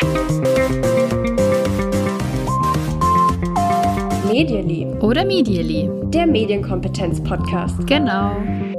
Medially oder Medially, der Medienkompetenz-Podcast. Genau.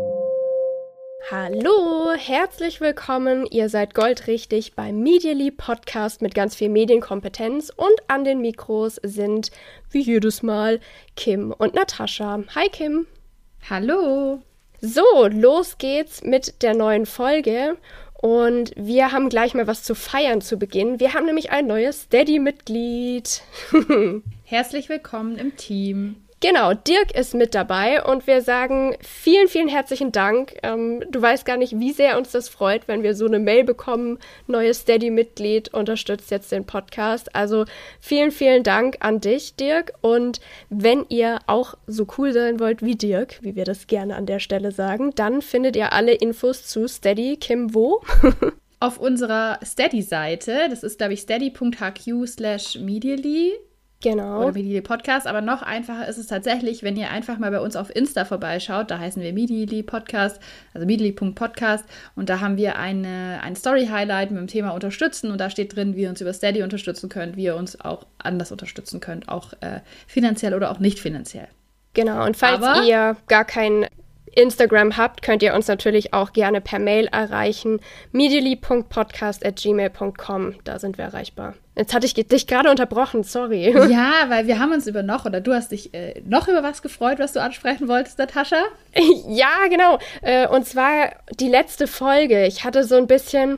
Hallo, herzlich willkommen. Ihr seid goldrichtig beim Medially Podcast mit ganz viel Medienkompetenz und an den Mikros sind wie jedes Mal Kim und Natascha. Hi Kim. Hallo. So, los geht's mit der neuen Folge. Und wir haben gleich mal was zu feiern zu Beginn. Wir haben nämlich ein neues Steady-Mitglied. Herzlich willkommen im Team. Genau, Dirk ist mit dabei und wir sagen vielen, vielen herzlichen Dank. Du weißt gar nicht, wie sehr uns das freut, wenn wir so eine Mail bekommen, neues Steady-Mitglied unterstützt jetzt den Podcast. Also vielen, vielen Dank an dich, Dirk. Und wenn ihr auch so cool sein wollt wie Dirk, wie wir das gerne an der Stelle sagen, dann findet ihr alle Infos zu Steady. Kim, wo? Auf unserer Steady-Seite, das ist, glaube ich, steady.hq/medially. Genau. Oder Medially Podcast, aber noch einfacher ist es tatsächlich, wenn ihr einfach mal bei uns auf Insta vorbeischaut, da heißen wir Medially Podcast, also medially.podcast und da haben wir ein Story-Highlight mit dem Thema Unterstützen und da steht drin, wie ihr uns über Steady unterstützen könnt, wie ihr uns auch anders unterstützen könnt, auch finanziell oder auch nicht finanziell. Genau, und falls ihr gar kein Instagram habt, könnt ihr uns natürlich auch gerne per Mail erreichen. medially.podcast@gmail.com, da sind wir erreichbar. Jetzt hatte ich dich gerade unterbrochen, sorry. Ja, weil wir haben uns du hast dich noch über was gefreut, was du ansprechen wolltest, Natascha? Ja, genau. Und zwar die letzte Folge. Ich hatte so ein bisschen,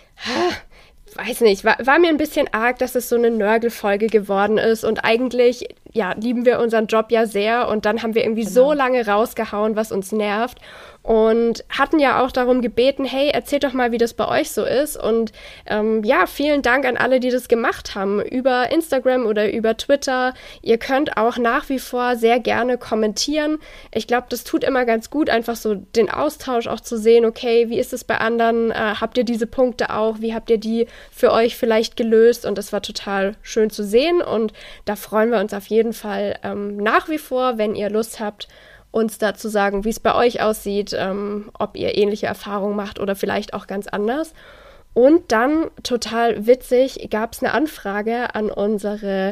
weiß nicht, war mir ein bisschen arg, dass es so eine Nörgelfolge geworden ist und eigentlich, ja, lieben wir unseren Job ja sehr und dann haben wir irgendwie so lange rausgehauen, was uns nervt und hatten ja auch darum gebeten, hey, erzählt doch mal, wie das bei euch so ist und ja, vielen Dank an alle, die das gemacht haben, über Instagram oder über Twitter. Ihr könnt auch nach wie vor sehr gerne kommentieren. Ich glaube, das tut immer ganz gut, einfach so den Austausch auch zu sehen, okay, wie ist es bei anderen? Habt ihr diese Punkte auch? Wie habt ihr die für euch vielleicht gelöst? Und das war total schön zu sehen und da freuen wir uns auf jeden Fall nach wie vor, wenn ihr Lust habt, uns dazu sagen, wie es bei euch aussieht, ob ihr ähnliche Erfahrungen macht oder vielleicht auch ganz anders. Und dann, total witzig, gab es eine Anfrage an unsere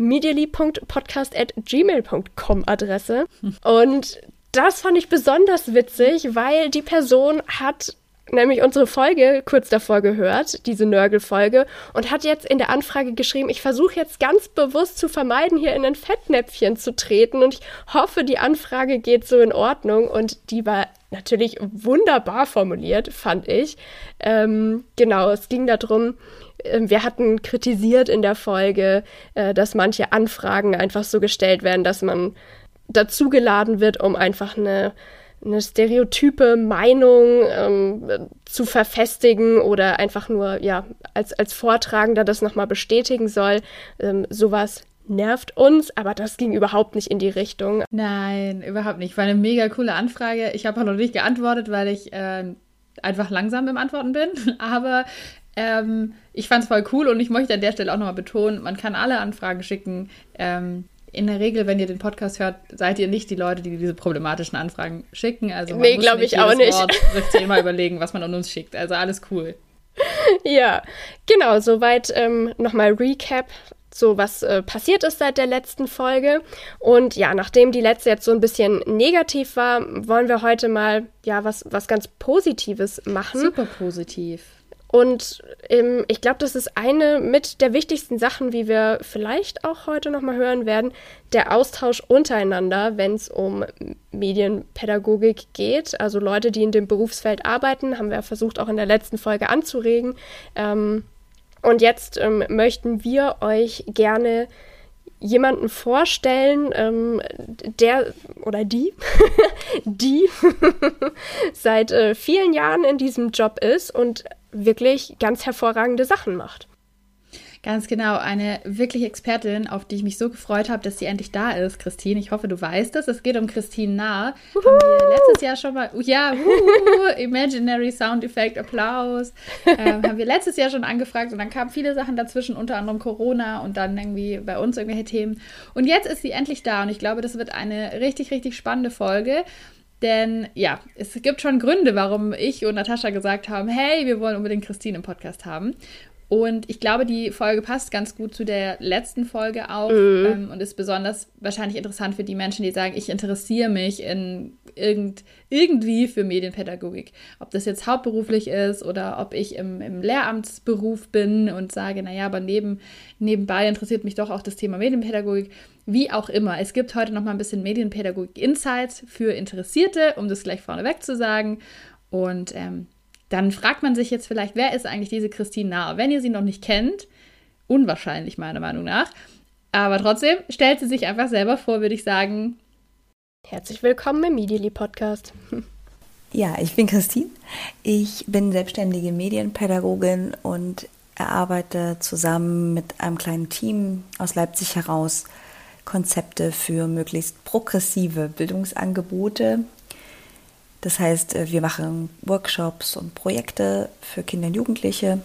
medially.podcast@gmail.com Adresse. Und das fand ich besonders witzig, weil die Person hat nämlich unsere Folge kurz davor gehört, diese Nörgel-Folge, und hat jetzt in der Anfrage geschrieben, ich versuche jetzt ganz bewusst zu vermeiden, hier in ein Fettnäpfchen zu treten und ich hoffe, die Anfrage geht so in Ordnung und die war natürlich wunderbar formuliert, fand ich. Genau, es ging darum, wir hatten kritisiert in der Folge, dass manche Anfragen einfach so gestellt werden, dass man dazugeladen wird, um einfach eine stereotype Meinung zu verfestigen oder einfach nur ja als Vortragender das nochmal bestätigen soll. Sowas nervt uns, aber das ging überhaupt nicht in die Richtung. Nein, überhaupt nicht. War eine mega coole Anfrage. Ich habe auch noch nicht geantwortet, weil ich einfach langsam im Antworten bin. Aber ich fand es voll cool und ich möchte an der Stelle auch nochmal betonen, man kann alle Anfragen schicken. In der Regel, wenn ihr den Podcast hört, seid ihr nicht die Leute, die diese problematischen Anfragen schicken. Also man muss glaube ich auch nicht. Sich immer überlegen, was man an uns schickt. Also alles cool. Ja, genau. Soweit nochmal Recap. So, was passiert ist seit der letzten Folge. Und ja, nachdem die letzte jetzt so ein bisschen negativ war, wollen wir heute mal ja was ganz Positives machen. Super positiv. Und ich glaube, das ist eine mit der wichtigsten Sachen, wie wir vielleicht auch heute nochmal hören werden, der Austausch untereinander, wenn es um Medienpädagogik geht. Also Leute, die in dem Berufsfeld arbeiten, haben wir versucht auch in der letzten Folge anzuregen. Und jetzt möchten wir euch gerne jemanden vorstellen, der oder die, die seit vielen Jahren in diesem Job ist und wirklich ganz hervorragende Sachen macht. Ganz genau, eine wirkliche Expertin, auf die ich mich so gefreut habe, dass sie endlich da ist, Christine. Ich hoffe, du weißt es. Es geht um Christine Nahr. Haben wir letztes Jahr schon mal, Imaginary Sound Effect, Applaus. Haben wir letztes Jahr schon angefragt und dann kamen viele Sachen dazwischen, unter anderem Corona und dann irgendwie bei uns irgendwelche Themen. Und jetzt ist sie endlich da und ich glaube, das wird eine richtig, richtig spannende Folge. Denn ja, es gibt schon Gründe, warum ich und Natascha gesagt haben, hey, wir wollen unbedingt Christine im Podcast haben. Und ich glaube, die Folge passt ganz gut zu der letzten Folge auch und ist besonders wahrscheinlich interessant für die Menschen, die sagen, ich interessiere mich in irgendwie für Medienpädagogik. Ob das jetzt hauptberuflich ist oder ob ich im Lehramtsberuf bin und sage, naja, aber nebenbei interessiert mich doch auch das Thema Medienpädagogik. Wie auch immer. Es gibt heute noch mal ein bisschen Medienpädagogik-Insights für Interessierte, um das gleich vorneweg zu sagen. Und dann fragt man sich jetzt vielleicht, wer ist eigentlich diese Christine Nahr? Wenn ihr sie noch nicht kennt, unwahrscheinlich meiner Meinung nach, aber trotzdem stellt sie sich einfach selber vor, würde ich sagen. Herzlich willkommen im Medially Podcast. Ja, ich bin Christine. Ich bin selbstständige Medienpädagogin und erarbeite zusammen mit einem kleinen Team aus Leipzig heraus Konzepte für möglichst progressive Bildungsangebote. Das heißt, wir machen Workshops und Projekte für Kinder und Jugendliche,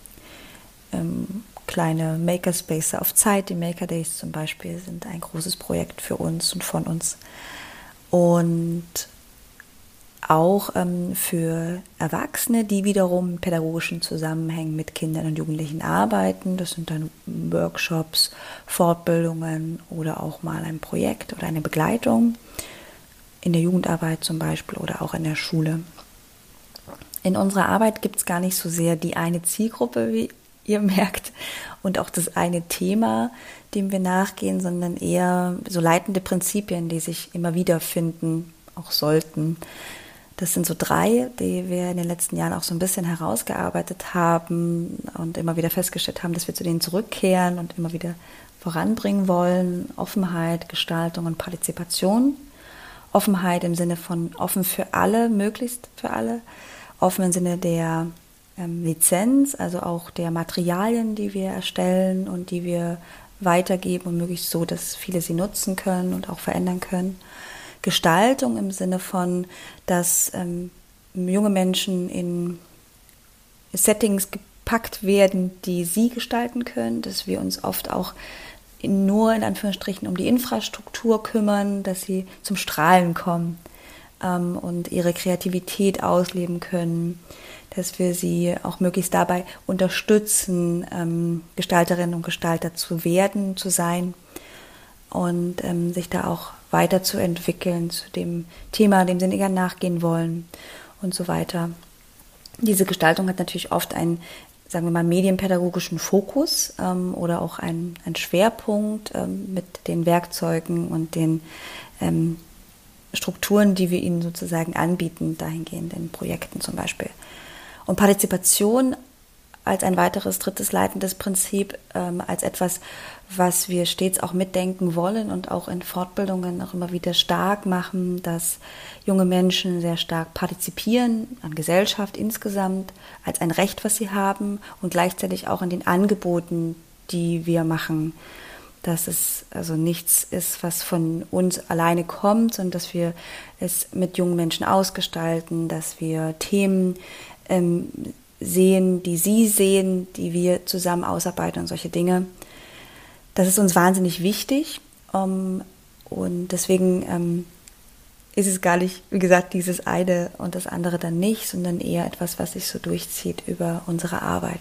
kleine Makerspaces auf Zeit. Die Maker Days zum Beispiel sind ein großes Projekt für uns und von uns. Und auch für Erwachsene, die wiederum in pädagogischen Zusammenhängen mit Kindern und Jugendlichen arbeiten. Das sind dann Workshops, Fortbildungen oder auch mal ein Projekt oder eine Begleitung. In der Jugendarbeit zum Beispiel oder auch in der Schule. In unserer Arbeit gibt es gar nicht so sehr die eine Zielgruppe, wie ihr merkt, und auch das eine Thema, dem wir nachgehen, sondern eher so leitende Prinzipien, die sich immer wieder finden, auch sollten. Das sind so 3, die wir in den letzten Jahren auch so ein bisschen herausgearbeitet haben und immer wieder festgestellt haben, dass wir zu denen zurückkehren und immer wieder voranbringen wollen. Offenheit, Gestaltung und Partizipation. Offenheit im Sinne von offen für alle, möglichst für alle. Offen im Sinne der Lizenz, also auch der Materialien, die wir erstellen und die wir weitergeben und möglichst so, dass viele sie nutzen können und auch verändern können. Gestaltung im Sinne von, dass junge Menschen in Settings gepackt werden, die sie gestalten können, dass wir uns oft auch nur in Anführungsstrichen um die Infrastruktur kümmern, dass sie zum Strahlen kommen und ihre Kreativität ausleben können, dass wir sie auch möglichst dabei unterstützen, Gestalterinnen und Gestalter zu werden, zu sein und sich da auch weiterzuentwickeln zu dem Thema, dem sie eher nachgehen wollen und so weiter. Diese Gestaltung hat natürlich oft einen, sagen wir mal, medienpädagogischen Fokus oder auch einen Schwerpunkt mit den Werkzeugen und den Strukturen, die wir ihnen sozusagen anbieten, dahingehend in Projekten zum Beispiel. Und Partizipation als ein weiteres drittes leitendes Prinzip, als etwas, was wir stets auch mitdenken wollen und auch in Fortbildungen auch immer wieder stark machen, dass junge Menschen sehr stark partizipieren an Gesellschaft insgesamt, als ein Recht, was sie haben und gleichzeitig auch in den Angeboten, die wir machen. Dass es also nichts ist, was von uns alleine kommt, sondern dass wir es mit jungen Menschen ausgestalten, dass wir Themen sehen, die sie sehen, die wir zusammen ausarbeiten und solche Dinge. Das ist uns wahnsinnig wichtig und deswegen ist es gar nicht, wie gesagt, dieses eine und das andere dann nicht, sondern eher etwas, was sich so durchzieht über unsere Arbeit.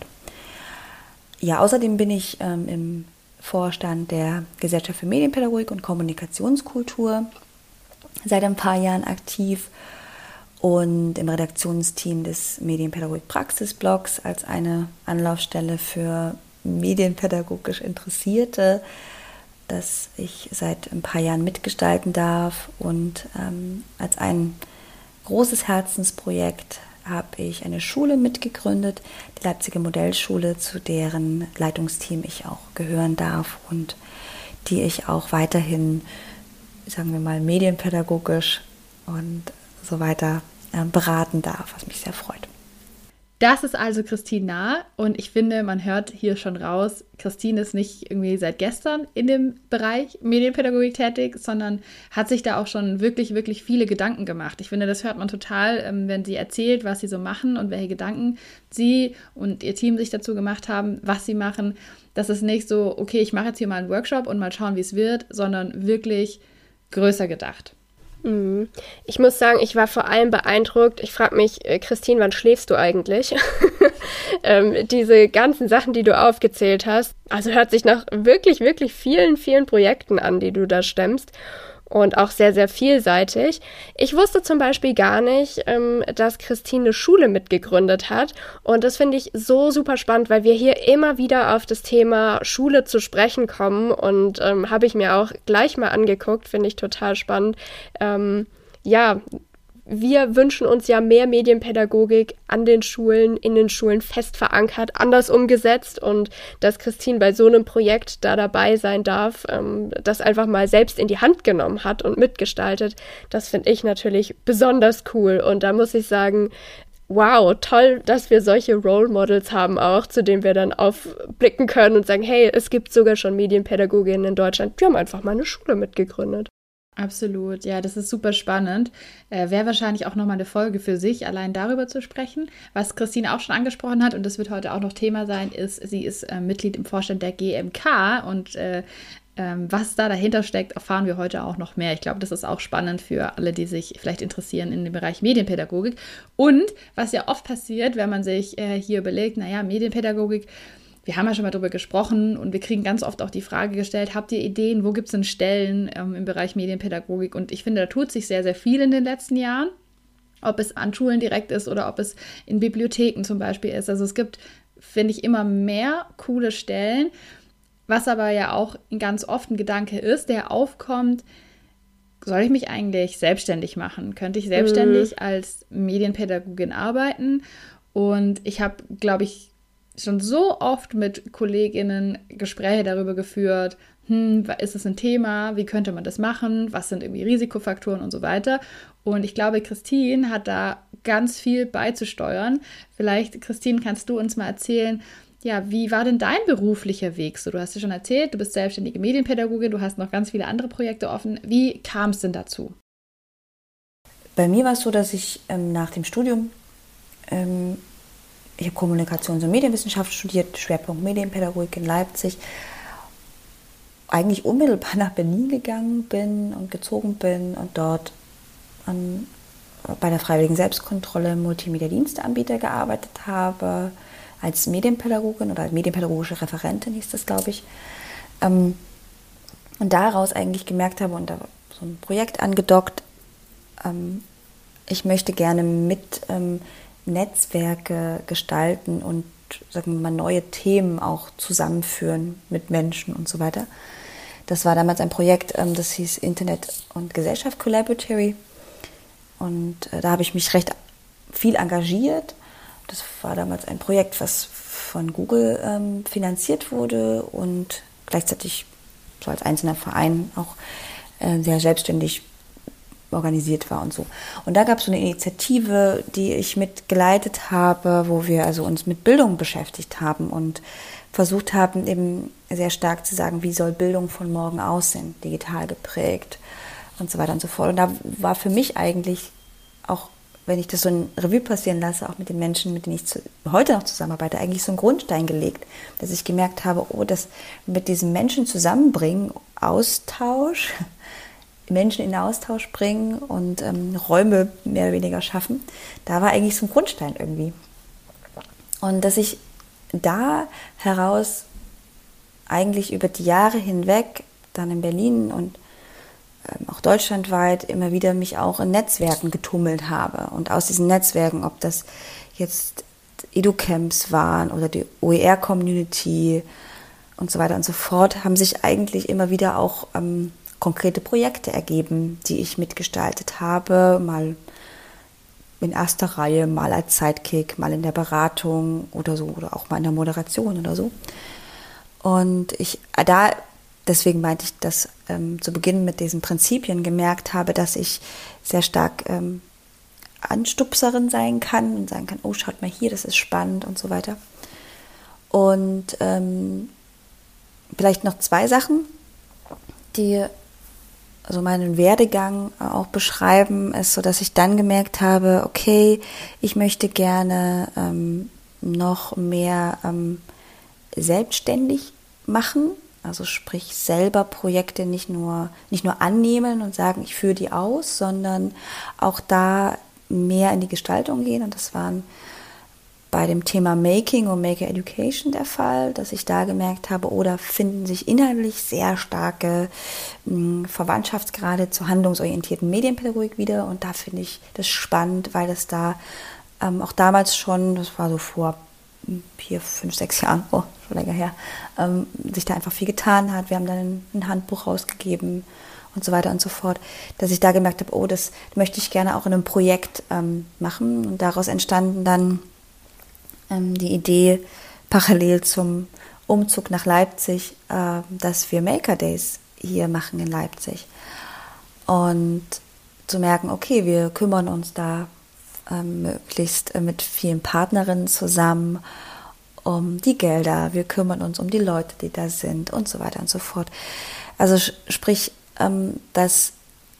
Ja, außerdem bin ich im Vorstand der Gesellschaft für Medienpädagogik und Kommunikationskultur seit ein paar Jahren aktiv und im Redaktionsteam des Medienpädagogik-Praxisblogs als eine Anlaufstelle für medienpädagogisch Interessierte, das ich seit ein paar Jahren mitgestalten darf. Und als ein großes Herzensprojekt habe ich eine Schule mitgegründet, die Leipziger Modellschule, zu deren Leitungsteam ich auch gehören darf und die ich auch weiterhin, sagen wir mal, medienpädagogisch und so weiter beraten darf, was mich sehr freut. Das ist also Christine Nahr und ich finde, man hört hier schon raus, Christine ist nicht irgendwie seit gestern in dem Bereich Medienpädagogik tätig, sondern hat sich da auch schon wirklich, wirklich viele Gedanken gemacht. Ich finde, das hört man total, wenn sie erzählt, was sie so machen und welche Gedanken sie und ihr Team sich dazu gemacht haben, was sie machen. Das ist nicht so, okay, ich mache jetzt hier mal einen Workshop und mal schauen, wie es wird, sondern wirklich größer gedacht. Ich muss sagen, ich war vor allem beeindruckt. Ich frage mich, Christine, wann schläfst du eigentlich? Diese ganzen Sachen, die du aufgezählt hast, also hört sich nach wirklich, wirklich vielen, vielen Projekten an, die du da stemmst. Und auch sehr, sehr vielseitig. Ich wusste zum Beispiel gar nicht, dass Christine eine Schule mitgegründet hat. Und das finde ich so super spannend, weil wir hier immer wieder auf das Thema Schule zu sprechen kommen. Und habe ich mir auch gleich mal angeguckt, finde ich total spannend. Ja, wir wünschen uns ja mehr Medienpädagogik an den Schulen, in den Schulen fest verankert, anders umgesetzt und dass Christine bei so einem Projekt da dabei sein darf, das einfach mal selbst in die Hand genommen hat und mitgestaltet, das finde ich natürlich besonders cool und da muss ich sagen, wow, toll, dass wir solche Role Models haben auch, zu denen wir dann aufblicken können und sagen, hey, es gibt sogar schon Medienpädagoginnen in Deutschland, die haben einfach mal eine Schule mitgegründet. Absolut, ja, das ist super spannend. Wäre wahrscheinlich auch nochmal eine Folge für sich, allein darüber zu sprechen. Was Christine auch schon angesprochen hat, und das wird heute auch noch Thema sein, ist, sie ist Mitglied im Vorstand der GMK und was da dahinter steckt, erfahren wir heute auch noch mehr. Ich glaube, das ist auch spannend für alle, die sich vielleicht interessieren in dem Bereich Medienpädagogik. Und was ja oft passiert, wenn man sich hier überlegt, naja, Medienpädagogik, wir haben ja schon mal darüber gesprochen und wir kriegen ganz oft auch die Frage gestellt, habt ihr Ideen, wo gibt es denn Stellen im Bereich Medienpädagogik? Und ich finde, da tut sich sehr, sehr viel in den letzten Jahren, ob es an Schulen direkt ist oder ob es in Bibliotheken zum Beispiel ist. Also es gibt, finde ich, immer mehr coole Stellen, was aber ja auch ganz oft ein Gedanke ist, der aufkommt, soll ich mich eigentlich selbstständig machen? Könnte ich selbstständig als Medienpädagogin arbeiten? Und ich habe, glaube ich, schon so oft mit KollegInnen Gespräche darüber geführt, ist es ein Thema, wie könnte man das machen, was sind irgendwie Risikofaktoren und so weiter. Und ich glaube, Christine hat da ganz viel beizusteuern. Vielleicht, Christine, kannst du uns mal erzählen, ja, wie war denn dein beruflicher Weg so? Du hast ja schon erzählt, du bist selbstständige Medienpädagogin, du hast noch ganz viele andere Projekte offen. Wie kam es denn dazu? Bei mir war es so, dass ich nach dem Studium ich habe Kommunikations- und Medienwissenschaft studiert, Schwerpunkt Medienpädagogik in Leipzig. Eigentlich unmittelbar nach Berlin gegangen bin und gezogen bin und dort bei der Freiwilligen Selbstkontrolle Multimedia-Diensteanbieter gearbeitet habe, als Medienpädagogin oder als medienpädagogische Referentin hieß das, glaube ich. Und daraus eigentlich gemerkt habe und da so ein Projekt angedockt, ich möchte gerne mit Netzwerke gestalten und sagen wir mal neue Themen auch zusammenführen mit Menschen und so weiter. Das war damals ein Projekt, das hieß Internet und Gesellschaft Collaboratory und da habe ich mich recht viel engagiert. Das war damals ein Projekt, was von Google finanziert wurde und gleichzeitig so als einzelner Verein auch sehr selbstständig organisiert war und so. Und da gab es so eine Initiative, die ich mitgeleitet habe, wo wir also uns mit Bildung beschäftigt haben und versucht haben, eben sehr stark zu sagen, wie soll Bildung von morgen aussehen, digital geprägt und so weiter und so fort. Und da war für mich eigentlich auch, wenn ich das so in Revue passieren lasse, auch mit den Menschen, mit denen ich heute noch zusammenarbeite, eigentlich so ein Grundstein gelegt, dass ich gemerkt habe, oh, das mit diesen Menschen zusammenbringen, Austausch, Menschen in den Austausch bringen und Räume mehr oder weniger schaffen, da war eigentlich so ein Grundstein irgendwie. Und dass ich da heraus eigentlich über die Jahre hinweg, dann in Berlin und auch deutschlandweit immer wieder mich auch in Netzwerken getummelt habe. Und aus diesen Netzwerken, ob das jetzt EduCamps waren oder die OER-Community und so weiter und so fort, haben sich eigentlich immer wieder auch konkrete Projekte ergeben, die ich mitgestaltet habe, mal in erster Reihe, mal als Sidekick, mal in der Beratung oder so, oder auch mal in der Moderation oder so. Und deswegen meinte ich, dass zu Beginn mit diesen Prinzipien gemerkt habe, dass ich sehr stark Anstupserin sein kann und sagen kann, oh, schaut mal hier, das ist spannend und so weiter. Und vielleicht noch 2 Sachen, die also meinen Werdegang auch beschreiben, ist so, dass ich dann gemerkt habe, okay, ich möchte gerne noch mehr selbstständig machen Also sprich selber Projekte nicht nur annehmen und sagen, ich führe die aus, sondern auch da mehr in die Gestaltung gehen. Und das waren bei dem Thema Making und Maker Education der Fall, dass ich da gemerkt habe, da finden sich inhaltlich sehr starke Verwandtschaftsgrade zur handlungsorientierten Medienpädagogik wieder. Und da finde ich das spannend, weil das da auch damals schon, das war so vor 4, 5, 6 Jahren, schon länger her, sich da einfach viel getan hat. Wir haben dann ein Handbuch rausgegeben und so weiter und so fort, dass ich da gemerkt habe, das möchte ich gerne auch in einem Projekt machen. Und daraus entstanden dann die Idee, parallel zum Umzug nach Leipzig, dass wir Maker Days hier machen in Leipzig. Und zu merken, okay, wir kümmern uns da möglichst mit vielen Partnerinnen zusammen um die Gelder, wir kümmern uns um die Leute, die da sind und so weiter und so fort. Also sprich, dass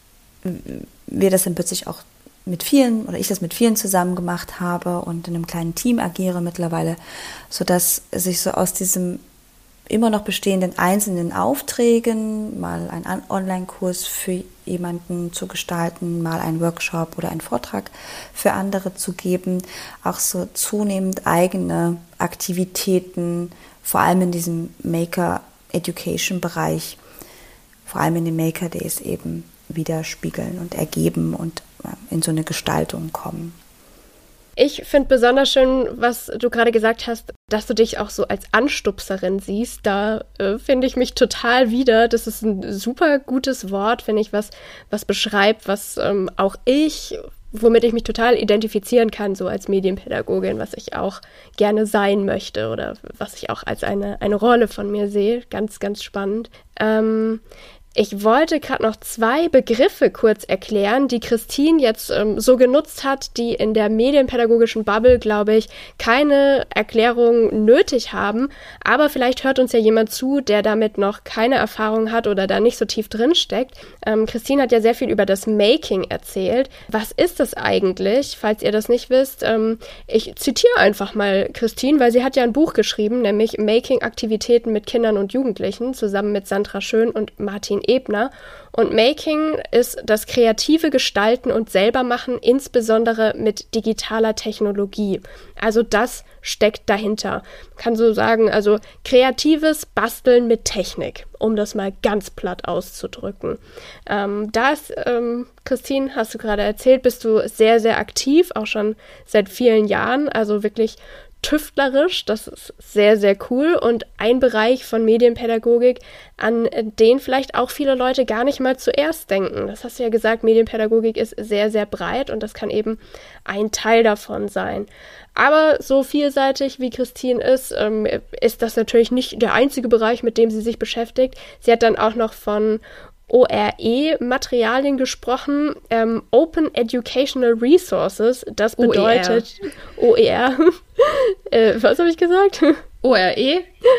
wir das dann plötzlich auch mit vielen, oder ich das mit vielen zusammen gemacht habe und in einem kleinen Team agiere mittlerweile, sodass sich so aus diesem immer noch bestehenden einzelnen Aufträgen, mal einen Online-Kurs für jemanden zu gestalten, mal einen Workshop oder einen Vortrag für andere zu geben, auch so zunehmend eigene Aktivitäten, vor allem in diesem Maker-Education-Bereich, vor allem in den Maker Days eben widerspiegeln und ergeben und in so eine Gestaltung kommen. Ich finde besonders schön, was du gerade gesagt hast, dass du dich auch so als Anstupserin siehst. Da finde ich mich total wieder. Das ist ein super gutes Wort, finde ich, was beschreibt, was auch womit ich mich total identifizieren kann, so als Medienpädagogin, was ich auch gerne sein möchte oder was ich auch als eine Rolle von mir sehe. Ganz, ganz spannend. Ich wollte gerade noch 2 Begriffe kurz erklären, die Christine jetzt so genutzt hat, die in der medienpädagogischen Bubble, glaube ich, keine Erklärung nötig haben. Aber vielleicht hört uns ja jemand zu, der damit noch keine Erfahrung hat oder da nicht so tief drin steckt. Christine hat ja sehr viel über das Making erzählt. Was ist das eigentlich, falls ihr das nicht wisst? Ich zitiere einfach mal Christine, weil sie hat ja ein Buch geschrieben, nämlich Making-Aktivitäten mit Kindern und Jugendlichen, zusammen mit Sandra Schön und Martin Ebner. Und Making ist das kreative Gestalten und Selbermachen, insbesondere mit digitaler Technologie. Also das steckt dahinter. Man kann so sagen, also kreatives Basteln mit Technik, um das mal ganz platt auszudrücken. Christine, hast du gerade erzählt, bist du sehr, sehr aktiv, auch schon seit vielen Jahren, also wirklich tüftlerisch, das ist sehr, sehr cool und ein Bereich von Medienpädagogik, an den vielleicht auch viele Leute gar nicht mal zuerst denken. Das hast du ja gesagt, Medienpädagogik ist sehr, sehr breit und das kann eben ein Teil davon sein. Aber so vielseitig wie Christine ist das natürlich nicht der einzige Bereich, mit dem sie sich beschäftigt. Sie hat dann auch noch von OER-Materialien gesprochen, Open Educational Resources, das bedeutet OER. Was habe ich gesagt? ORE?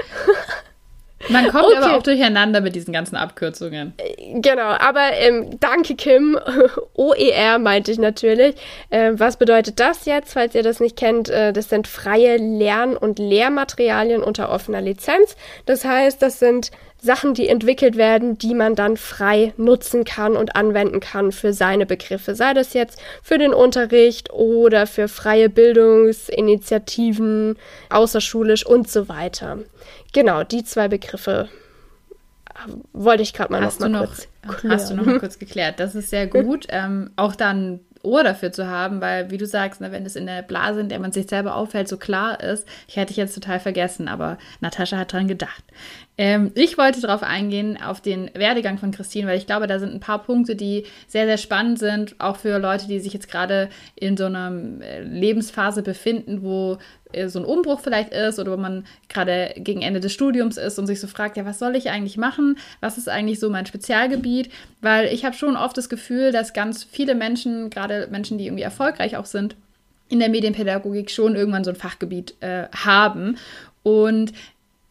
Man kommt aber auch durcheinander mit diesen ganzen Abkürzungen. Genau, aber danke Kim, OER meinte ich natürlich. Was bedeutet das jetzt, falls ihr das nicht kennt? Das sind freie Lern- und Lehrmaterialien unter offener Lizenz. Das heißt, das sind Sachen, die entwickelt werden, die man dann frei nutzen kann und anwenden kann für seine Begriffe. Sei das jetzt für den Unterricht oder für freie Bildungsinitiativen, außerschulisch und so weiter. Genau, die 2 Begriffe wollte ich gerade mal kurz klären. Hast du noch mal kurz geklärt. Das ist sehr gut, auch dann Ohr dafür zu haben, weil, wie du sagst, wenn es in der Blase, in der man sich selber aufhält, so klar ist, hätte ich jetzt total vergessen, aber Natascha hat dran gedacht. Ich wollte darauf eingehen, auf den Werdegang von Christine, weil ich glaube, da sind ein paar Punkte, die sehr, sehr spannend sind, auch für Leute, die sich jetzt gerade in so einer Lebensphase befinden, wo so ein Umbruch vielleicht ist oder wo man gerade gegen Ende des Studiums ist und sich so fragt, ja, was soll ich eigentlich machen? Was ist eigentlich so mein Spezialgebiet? Weil ich habe schon oft das Gefühl, dass ganz viele Menschen, gerade Menschen, die irgendwie erfolgreich auch sind, in der Medienpädagogik schon irgendwann so ein Fachgebiet haben. Und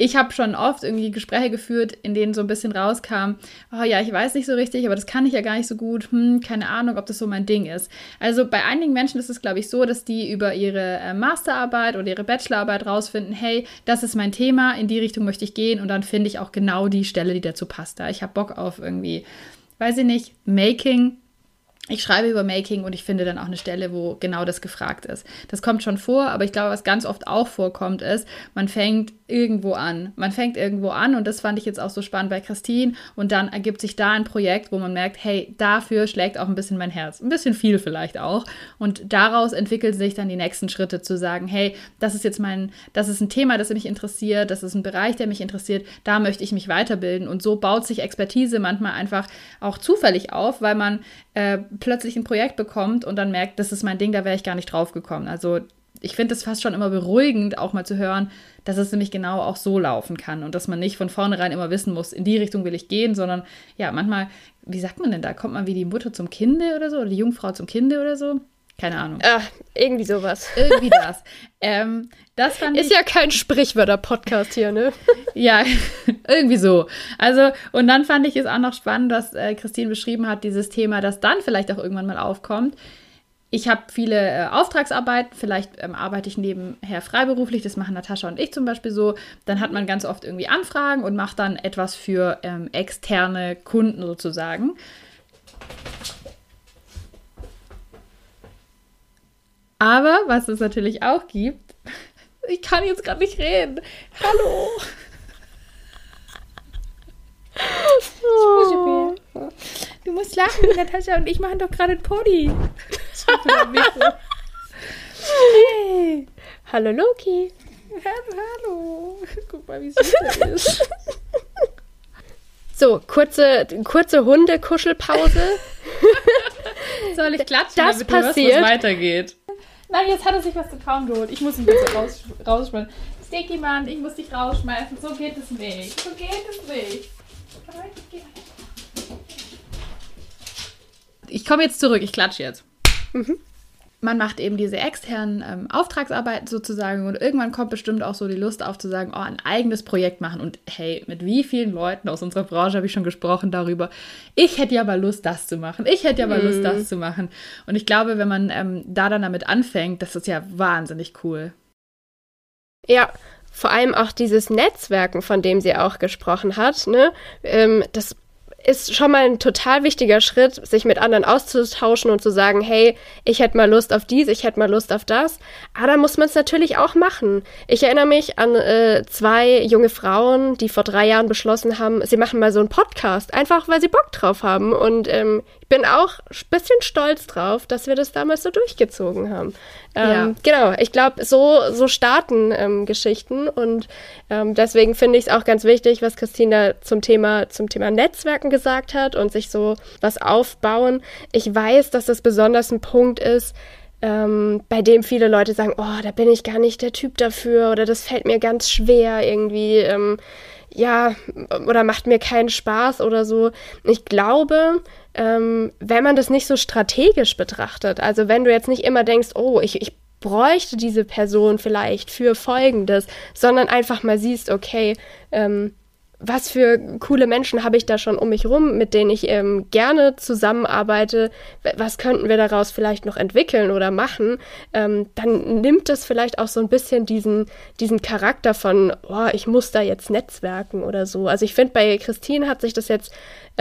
ich habe schon oft irgendwie Gespräche geführt, in denen so ein bisschen rauskam, oh ja, ich weiß nicht so richtig, aber das kann ich ja gar nicht so gut, keine Ahnung, ob das so mein Ding ist. Also bei einigen Menschen ist es, glaube ich, so, dass die über ihre Masterarbeit oder ihre Bachelorarbeit rausfinden, hey, das ist mein Thema, in die Richtung möchte ich gehen und dann finde ich auch genau die Stelle, die dazu passt. Da ich habe Bock auf irgendwie, weiß ich nicht, Making. Ich schreibe über Making und ich finde dann auch eine Stelle, wo genau das gefragt ist. Das kommt schon vor, aber ich glaube, was ganz oft auch vorkommt, ist, man fängt irgendwo an. Man fängt irgendwo an und das fand ich jetzt auch so spannend bei Christine und dann ergibt sich da ein Projekt, wo man merkt, hey, dafür schlägt auch ein bisschen mein Herz. Ein bisschen viel vielleicht auch. Und daraus entwickeln sich dann die nächsten Schritte zu sagen, hey, das ist ein Thema, das mich interessiert, das ist ein Bereich, der mich interessiert, da möchte ich mich weiterbilden. Und so baut sich Expertise manchmal einfach auch zufällig auf, weil man plötzlich ein Projekt bekommt und dann merkt, das ist mein Ding, da wäre ich gar nicht drauf gekommen. Also ich finde es fast schon immer beruhigend, auch mal zu hören, dass es nämlich genau auch so laufen kann und dass man nicht von vornherein immer wissen muss, in die Richtung will ich gehen, sondern ja, manchmal, wie sagt man denn da, kommt man wie die Mutter zum Kinde oder so oder die Jungfrau zum Kinde oder so? Keine Ahnung. Irgendwie sowas. Irgendwie das. Das fand Ist ja kein Sprichwörter-Podcast hier, ne? Ja, irgendwie so. Also, und dann fand ich es auch noch spannend, dass Christine beschrieben hat, dieses Thema, das dann vielleicht auch irgendwann mal aufkommt. Ich habe viele Auftragsarbeiten, vielleicht arbeite ich nebenher freiberuflich, das machen Natascha und ich zum Beispiel so. Dann hat man ganz oft irgendwie Anfragen und macht dann etwas für externe Kunden sozusagen. Aber was es natürlich auch gibt, ich kann jetzt gerade nicht reden. Hallo. Oh. Du musst lachen, Natascha und ich machen doch gerade ein Pony. Hey. Hallo Loki. Hallo. Guck mal, wie süß er ist. So, kurze Hundekuschelpause. Soll ich klatschen, das damit passiert. Du hörst, was weitergeht? Nein, jetzt hat er sich was zu kauen geholt. Ich muss ihn bitte rausschmeißen. Sticky Mann, ich muss dich rausschmeißen. So geht es nicht. So geht es nicht. Ich komme jetzt zurück. Ich klatsche jetzt. Mhm. Man macht eben diese externen Auftragsarbeiten sozusagen und irgendwann kommt bestimmt auch so die Lust auf zu sagen, oh, ein eigenes Projekt machen und hey, mit wie vielen Leuten aus unserer Branche habe ich schon gesprochen darüber, ich hätte ja mal Lust, das zu machen, ich hätte ja mal Lust, das zu machen und ich glaube, wenn man da dann damit anfängt, das ist ja wahnsinnig cool. Ja, vor allem auch dieses Netzwerken, von dem sie auch gesprochen hat, ne, das ist schon mal ein total wichtiger Schritt, sich mit anderen auszutauschen und zu sagen, hey, ich hätte mal Lust auf dies, ich hätte mal Lust auf das. Aber da muss man es natürlich auch machen. Ich erinnere mich an 2 junge Frauen, die vor 3 Jahren beschlossen haben, sie machen mal so einen Podcast, einfach weil sie Bock drauf haben. Und ich bin auch ein bisschen stolz drauf, dass wir das damals so durchgezogen haben. Ja. Genau, ich glaube, so starten Geschichten und deswegen finde ich es auch ganz wichtig, was Christina zum Thema Netzwerken gesagt hat und sich so was aufbauen. Ich weiß, dass das besonders ein Punkt ist, bei dem viele Leute sagen, oh, da bin ich gar nicht der Typ dafür oder das fällt mir ganz schwer irgendwie, ja, oder macht mir keinen Spaß oder so. Ich glaube, wenn man das nicht so strategisch betrachtet, also wenn du jetzt nicht immer denkst, oh, ich bräuchte diese Person vielleicht für Folgendes, sondern einfach mal siehst, okay, was für coole Menschen habe ich da schon um mich rum, mit denen ich gerne zusammenarbeite, was könnten wir daraus vielleicht noch entwickeln oder machen, dann nimmt das vielleicht auch so ein bisschen diesen Charakter von, oh, ich muss da jetzt netzwerken oder so. Also ich finde, bei Christine hat sich das jetzt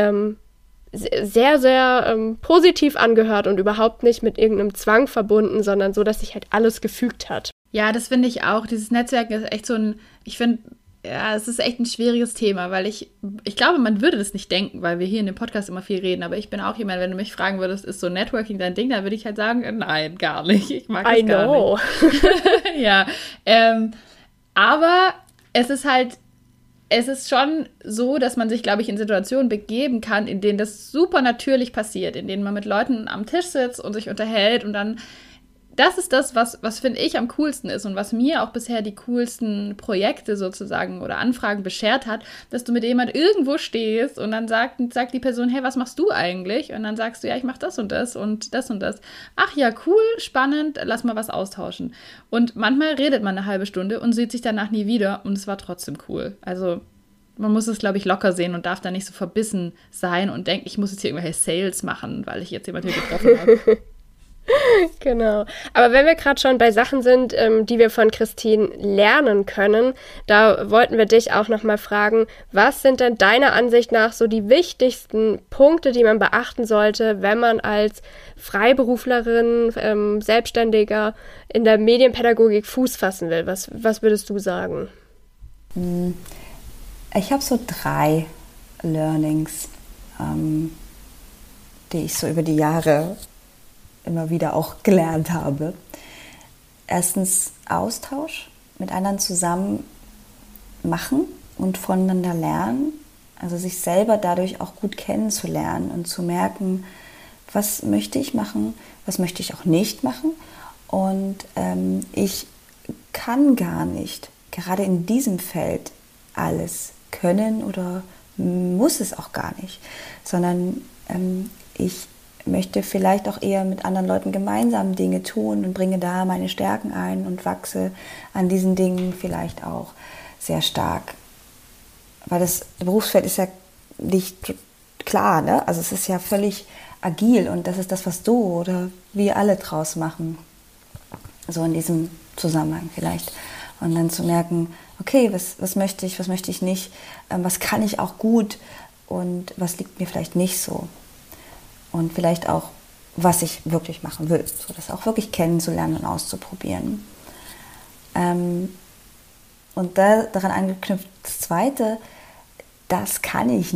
sehr, sehr positiv angehört und überhaupt nicht mit irgendeinem Zwang verbunden, sondern so, dass sich halt alles gefügt hat. Ja, das finde ich auch. Dieses Netzwerken ist echt so ich finde, ja, es ist echt ein schwieriges Thema, weil ich glaube, man würde das nicht denken, weil wir hier in dem Podcast immer viel reden, aber ich bin auch jemand, wenn du mich fragen würdest, ist so Networking dein Ding, dann würde ich halt sagen, nein, gar nicht. Ich mag das gar nicht. Ja, aber es ist schon so, dass man sich, glaube ich, in Situationen begeben kann, in denen das super natürlich passiert, in denen man mit Leuten am Tisch sitzt und sich unterhält und dann das ist das, was finde ich am coolsten ist und was mir auch bisher die coolsten Projekte sozusagen oder Anfragen beschert hat, dass du mit jemand irgendwo stehst und dann sagt die Person, hey, was machst du eigentlich? Und dann sagst du, ja, ich mache das und das und das und das. Ach ja, cool, spannend, lass mal was austauschen. Und manchmal redet man eine halbe Stunde und sieht sich danach nie wieder und es war trotzdem cool. Also man muss es, glaube ich, locker sehen und darf da nicht so verbissen sein und denken, ich muss jetzt hier irgendwelche Sales machen, weil ich jetzt jemand hier getroffen habe. Genau. Aber wenn wir gerade schon bei Sachen sind, die wir von Christine lernen können, da wollten wir dich auch nochmal fragen, was sind denn deiner Ansicht nach so die wichtigsten Punkte, die man beachten sollte, wenn man als Freiberuflerin, Selbstständiger in der Medienpädagogik Fuß fassen will? Was würdest du sagen? Ich habe so 3 Learnings, die ich so über die Jahre immer wieder auch gelernt habe. Erstens Austausch, mit anderen zusammen machen und voneinander lernen, also sich selber dadurch auch gut kennenzulernen und zu merken, was möchte ich machen, was möchte ich auch nicht machen und ich kann gar nicht, gerade in diesem Feld, alles können oder muss es auch gar nicht, sondern ich möchte vielleicht auch eher mit anderen Leuten gemeinsam Dinge tun und bringe da meine Stärken ein und wachse an diesen Dingen vielleicht auch sehr stark. Weil das Berufsfeld ist ja nicht klar, ne? Also es ist ja völlig agil und das ist das, was du oder wir alle draus machen. So in diesem Zusammenhang vielleicht. Und dann zu merken, okay, was möchte ich nicht, was kann ich auch gut und was liegt mir vielleicht nicht so. Und vielleicht auch, was ich wirklich machen will. So das auch wirklich kennenzulernen und auszuprobieren. Und daran angeknüpft, das Zweite, das kann ich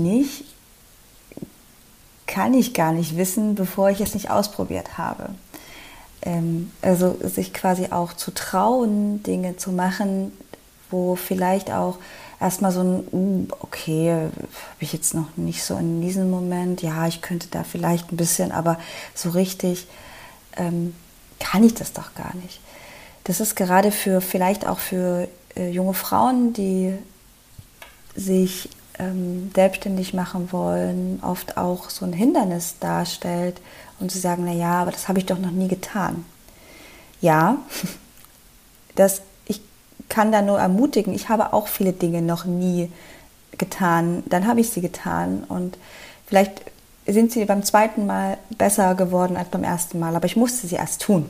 gar nicht wissen, bevor ich es nicht ausprobiert habe. Also sich quasi auch zu trauen, Dinge zu machen, wo vielleicht auch erstmal so ein, okay, habe ich jetzt noch nicht so in diesem Moment, ja, ich könnte da vielleicht ein bisschen, aber so richtig kann ich das doch gar nicht. Das ist gerade vielleicht auch für junge Frauen, die sich selbstständig machen wollen, oft auch so ein Hindernis darstellt und zu sagen, naja, aber das habe ich doch noch nie getan. Ja, ich kann da nur ermutigen, ich habe auch viele Dinge noch nie getan, dann habe ich sie getan und vielleicht sind sie beim zweiten Mal besser geworden als beim ersten Mal, aber ich musste sie erst tun.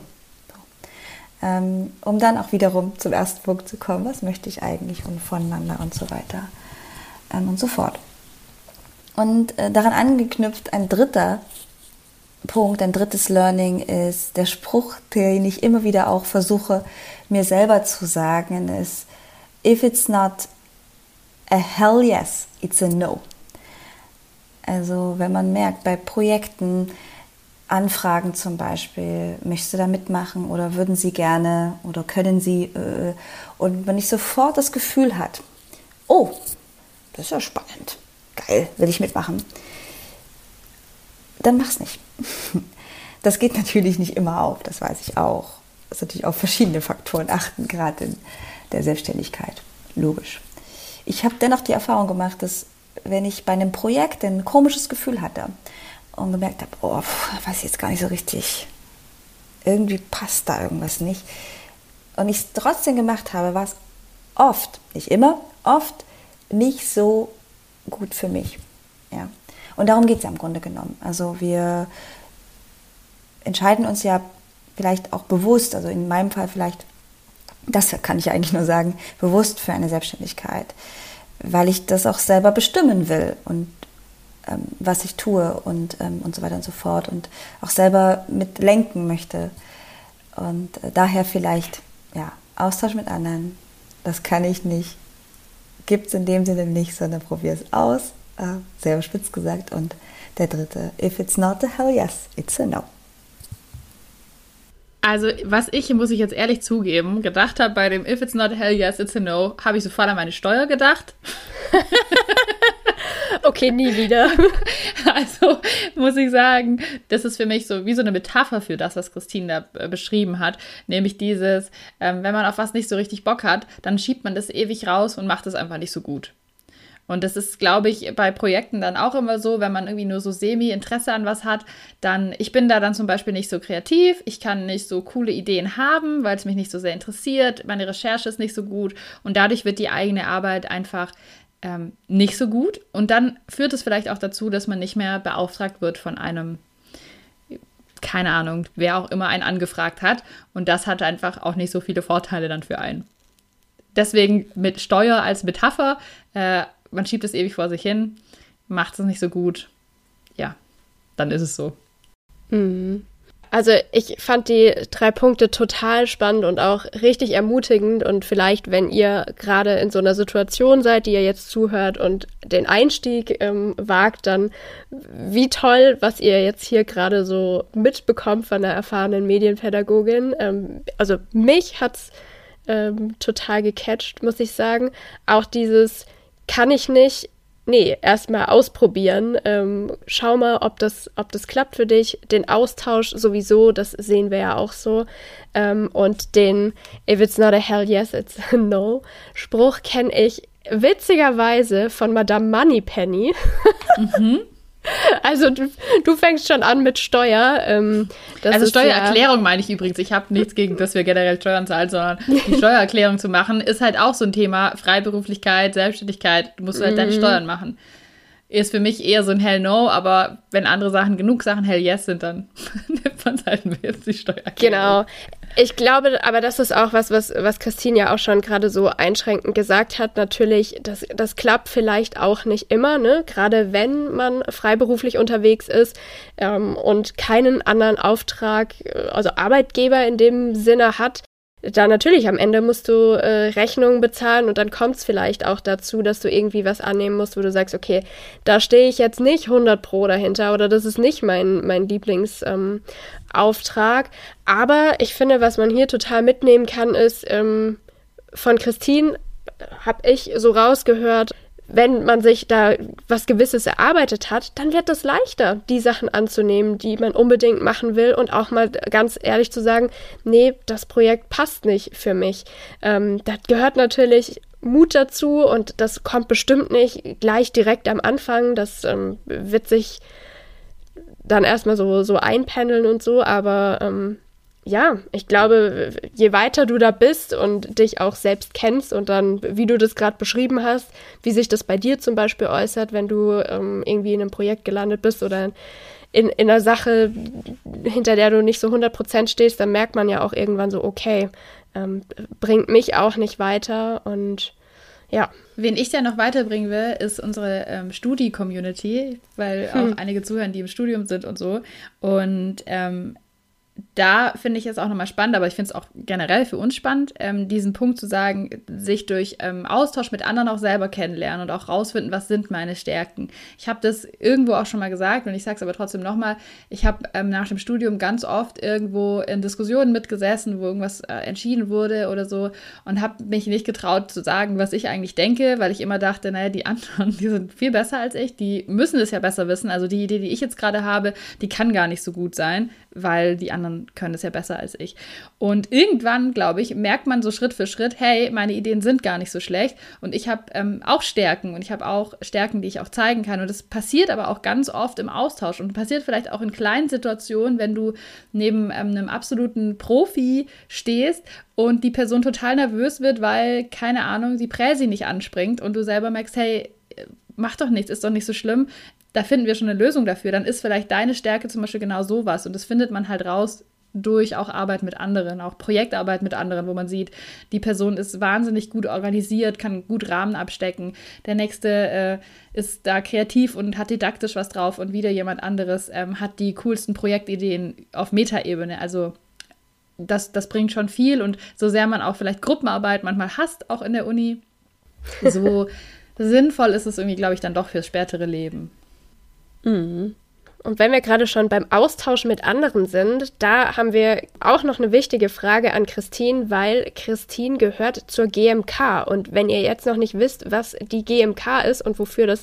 Um dann auch wiederum zum ersten Punkt zu kommen, was möchte ich eigentlich und voneinander und so weiter und so fort. Und daran angeknüpft ein dritter Punkt, ein drittes Learning ist der Spruch, den ich immer wieder auch versuche, mir selber zu sagen, ist, if it's not a hell yes, it's a no. Also wenn man merkt, bei Projekten, Anfragen zum Beispiel, möchtest du da mitmachen oder würden sie gerne oder können sie, und man nicht sofort das Gefühl hat, oh, das ist ja spannend, geil, will ich mitmachen, dann mach's nicht. Das geht natürlich nicht immer auf, das weiß ich auch. Das ist natürlich auf verschiedene Faktoren achten, gerade in der Selbstständigkeit, logisch. Ich habe dennoch die Erfahrung gemacht, dass wenn ich bei einem Projekt ein komisches Gefühl hatte und gemerkt habe, oh, weiß ich jetzt gar nicht so richtig, irgendwie passt da irgendwas nicht, und ich es trotzdem gemacht habe, war es oft, nicht immer, oft nicht so gut für mich. Ja. Und darum geht es ja im Grunde genommen. Also wir entscheiden uns ja vielleicht auch bewusst, also in meinem Fall vielleicht, das kann ich ja eigentlich nur sagen, bewusst für eine Selbstständigkeit, weil ich das auch selber bestimmen will und was ich tue und so weiter und so fort und auch selber mit lenken möchte. Und daher vielleicht, ja, Austausch mit anderen, das kann ich nicht, gibt es in dem Sinne nicht, sondern probier es aus. Sehr spitz gesagt. Und der dritte, if it's not a hell yes, it's a no. Also, was ich, muss ich jetzt ehrlich zugeben, gedacht habe bei dem if it's not a hell yes, it's a no, habe ich sofort an meine Steuer gedacht. Okay, nie wieder. Also muss ich sagen, das ist für mich so wie so eine Metapher für das, was Christine da beschrieben hat. Nämlich dieses, wenn man auf was nicht so richtig Bock hat, dann schiebt man das ewig raus und macht es einfach nicht so gut. Und das ist, glaube ich, bei Projekten dann auch immer so, wenn man irgendwie nur so Semi-Interesse an was hat, dann, ich bin da dann zum Beispiel nicht so kreativ, ich kann nicht so coole Ideen haben, weil es mich nicht so sehr interessiert, meine Recherche ist nicht so gut und dadurch wird die eigene Arbeit einfach nicht so gut. Und dann führt es vielleicht auch dazu, dass man nicht mehr beauftragt wird von einem, keine Ahnung, wer auch immer einen angefragt hat. Und das hat einfach auch nicht so viele Vorteile dann für einen. Deswegen mit Steuer als Metapher, man schiebt es ewig vor sich hin, macht es nicht so gut. Ja, dann ist es so. Also ich fand die 3 Punkte total spannend und auch richtig ermutigend und vielleicht, wenn ihr gerade in so einer Situation seid, die ihr jetzt zuhört und den Einstieg wagt, dann wie toll, was ihr jetzt hier gerade so mitbekommt von einer erfahrenen Medienpädagogin. Also mich hat's total gecatcht, muss ich sagen. Auch dieses kann ich nicht, erstmal ausprobieren. Schau mal, ob das klappt für dich. Den Austausch sowieso, das sehen wir ja auch so. Und den If it's not a hell yes, it's a no Spruch kenne ich witzigerweise von Madame Moneypenny. Also du fängst schon an mit Steuer. Also Steuererklärung meine ich übrigens. Ich habe nichts gegen, dass wir generell Steuern zahlen, sondern die Steuererklärung zu machen, ist halt auch so ein Thema. Freiberuflichkeit, Selbstständigkeit, du musst halt deine Steuern machen. Ist für mich eher so ein Hell No, aber wenn andere Sachen, genug Sachen Hell Yes sind, dann nimmt man halt jetzt die Steuererklärung. Genau. Ich glaube, aber das ist auch was Christine ja auch schon gerade so einschränkend gesagt hat. Natürlich, das klappt vielleicht auch nicht immer, ne? Gerade wenn man freiberuflich unterwegs ist und keinen anderen Auftrag, also Arbeitgeber in dem Sinne hat. Da natürlich, am Ende musst du Rechnungen bezahlen und dann kommt es vielleicht auch dazu, dass du irgendwie was annehmen musst, wo du sagst, okay, da stehe ich jetzt nicht 100% dahinter oder das ist nicht mein Lieblingsauftrag. Aber ich finde, was man hier total mitnehmen kann, ist, von Christine habe ich so rausgehört, wenn man sich da was Gewisses erarbeitet hat, dann wird es leichter, die Sachen anzunehmen, die man unbedingt machen will und auch mal ganz ehrlich zu sagen, nee, das Projekt passt nicht für mich. Da gehört natürlich Mut dazu und das kommt bestimmt nicht gleich direkt am Anfang. Das wird sich dann erstmal so einpendeln und so, aber ja, ich glaube, je weiter du da bist und dich auch selbst kennst und dann, wie du das gerade beschrieben hast, wie sich das bei dir zum Beispiel äußert, wenn du irgendwie in einem Projekt gelandet bist oder in einer Sache, hinter der du nicht so 100% stehst, dann merkt man ja auch irgendwann so, okay, bringt mich auch nicht weiter und ja. Wen ich da noch weiterbringen will, ist unsere Studi-Community, weil auch einige zuhören, die im Studium sind und so und da finde ich es auch nochmal spannend, aber ich finde es auch generell für uns spannend, diesen Punkt zu sagen, sich durch Austausch mit anderen auch selber kennenlernen und auch rausfinden, was sind meine Stärken. Ich habe das irgendwo auch schon mal gesagt und ich sage es aber trotzdem nochmal, ich habe nach dem Studium ganz oft irgendwo in Diskussionen mitgesessen, wo irgendwas entschieden wurde oder so und habe mich nicht getraut zu sagen, was ich eigentlich denke, weil ich immer dachte, naja, die anderen, die sind viel besser als ich, die müssen es ja besser wissen, also die Idee, die ich jetzt gerade habe, die kann gar nicht so gut sein, weil die anderen können es ja besser als ich. Und irgendwann, glaube ich, merkt man so Schritt für Schritt, hey, meine Ideen sind gar nicht so schlecht und ich habe auch Stärken und ich habe auch Stärken, die ich auch zeigen kann und das passiert aber auch ganz oft im Austausch und passiert vielleicht auch in kleinen Situationen, wenn du neben einem absoluten Profi stehst und die Person total nervös wird, weil, keine Ahnung, die Präsi nicht anspringt und du selber merkst, hey, mach doch nichts, ist doch nicht so schlimm. Da finden wir schon eine Lösung dafür. Dann ist vielleicht deine Stärke zum Beispiel genau sowas. Und das findet man halt raus durch auch Arbeit mit anderen, auch Projektarbeit mit anderen, wo man sieht, die Person ist wahnsinnig gut organisiert, kann gut Rahmen abstecken. Der Nächste ist da kreativ und hat didaktisch was drauf und wieder jemand anderes hat die coolsten Projektideen auf Metaebene. Also das bringt schon viel und so sehr man auch vielleicht Gruppenarbeit manchmal hasst, auch in der Uni, so sinnvoll ist es irgendwie, glaube ich, dann doch fürs spätere Leben. Und wenn wir gerade schon beim Austausch mit anderen sind, da haben wir auch noch eine wichtige Frage an Christine, weil Christine gehört zur GMK. Und wenn ihr jetzt noch nicht wisst, was die GMK ist und wofür das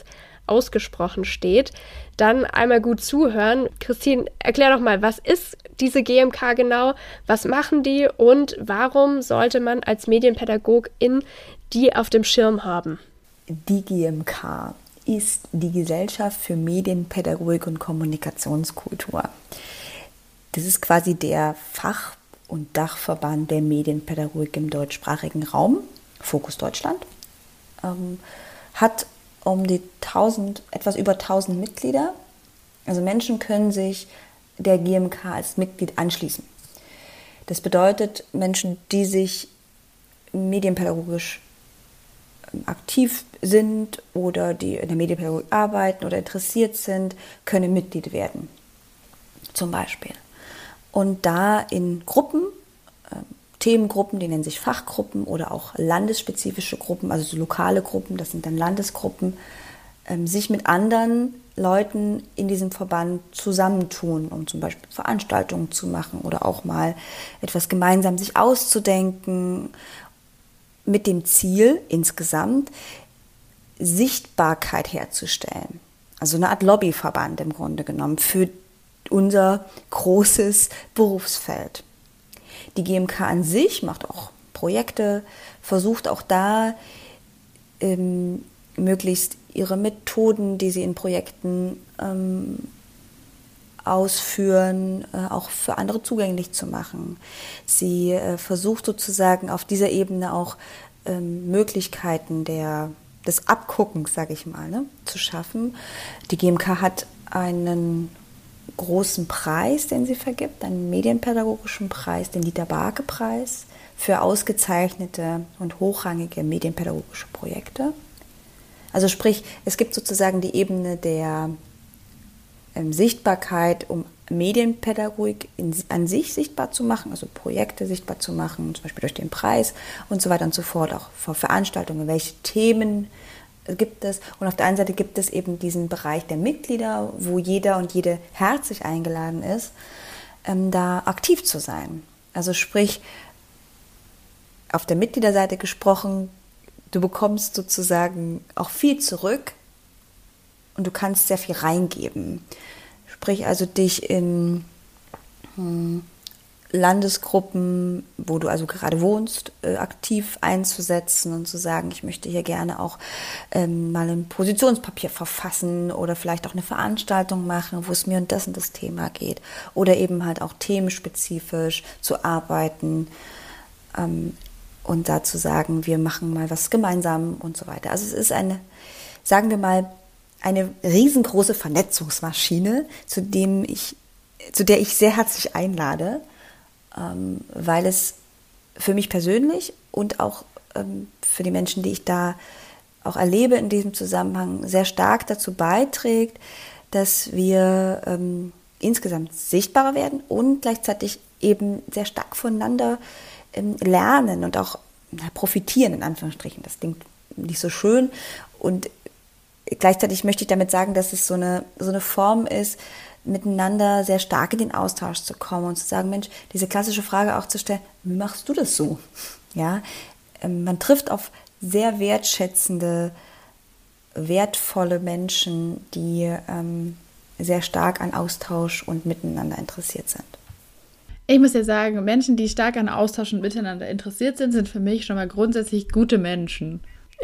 ausgesprochen steht, dann einmal gut zuhören. Christine, erklär doch mal, was ist diese GMK genau? Was machen die und warum sollte man als Medienpädagogin die auf dem Schirm haben? Die GMK ist die Gesellschaft für Medienpädagogik und Kommunikationskultur. Das ist quasi der Fach- und Dachverband der Medienpädagogik im deutschsprachigen Raum, Fokus Deutschland, hat um die etwas über 1000 Mitglieder. Also Menschen können sich der GMK als Mitglied anschließen. Das bedeutet, Menschen, die sich medienpädagogisch aktiv sind oder die in der Medienpädagogik arbeiten oder interessiert sind, können Mitglied werden, zum Beispiel. Und da in Gruppen, Themengruppen, die nennen sich Fachgruppen oder auch landesspezifische Gruppen, also so lokale Gruppen, das sind dann Landesgruppen, sich mit anderen Leuten in diesem Verband zusammentun, um zum Beispiel Veranstaltungen zu machen oder auch mal etwas gemeinsam sich auszudenken, mit dem Ziel insgesamt Sichtbarkeit herzustellen. Also eine Art Lobbyverband im Grunde genommen für unser großes Berufsfeld. Die GMK an sich macht auch Projekte, versucht auch da möglichst ihre Methoden, die sie in Projekten ausführen, auch für andere zugänglich zu machen. Sie versucht sozusagen auf dieser Ebene auch Möglichkeiten des Abguckens, sage ich mal, zu schaffen. Die GMK hat einen großen Preis, den sie vergibt, einen medienpädagogischen Preis, den Dieter-Barke-Preis für ausgezeichnete und hochrangige medienpädagogische Projekte. Also sprich, es gibt sozusagen die Ebene der Sichtbarkeit, um Medienpädagogik an sich sichtbar zu machen, also Projekte sichtbar zu machen, zum Beispiel durch den Preis und so weiter und so fort, auch vor Veranstaltungen, welche Themen gibt es. Und auf der einen Seite gibt es eben diesen Bereich der Mitglieder, wo jeder und jede herzlich eingeladen ist, da aktiv zu sein. Also sprich, auf der Mitgliederseite gesprochen, du bekommst sozusagen auch viel zurück und du kannst sehr viel reingeben. Sprich also dich in Landesgruppen, wo du also gerade wohnst, aktiv einzusetzen und zu sagen, ich möchte hier gerne auch mal ein Positionspapier verfassen oder vielleicht auch eine Veranstaltung machen, wo es mir um das und das Thema geht. Oder eben halt auch themenspezifisch zu arbeiten und da zu sagen, wir machen mal was gemeinsam und so weiter. Also es ist eine, sagen wir mal, eine riesengroße Vernetzungsmaschine, zu der ich sehr herzlich einlade, weil es für mich persönlich und auch für die Menschen, die ich da auch erlebe in diesem Zusammenhang, sehr stark dazu beiträgt, dass wir insgesamt sichtbarer werden und gleichzeitig eben sehr stark voneinander lernen und auch profitieren, in Anführungsstrichen. Das klingt nicht so schön und gleichzeitig möchte ich damit sagen, dass es so eine Form ist, miteinander sehr stark in den Austausch zu kommen und zu sagen, Mensch, diese klassische Frage auch zu stellen, wie machst du das so? Ja, man trifft auf sehr wertschätzende, wertvolle Menschen, die sehr stark an Austausch und Miteinander interessiert sind. Ich muss ja sagen, Menschen, die stark an Austausch und Miteinander interessiert sind, sind für mich schon mal grundsätzlich gute Menschen.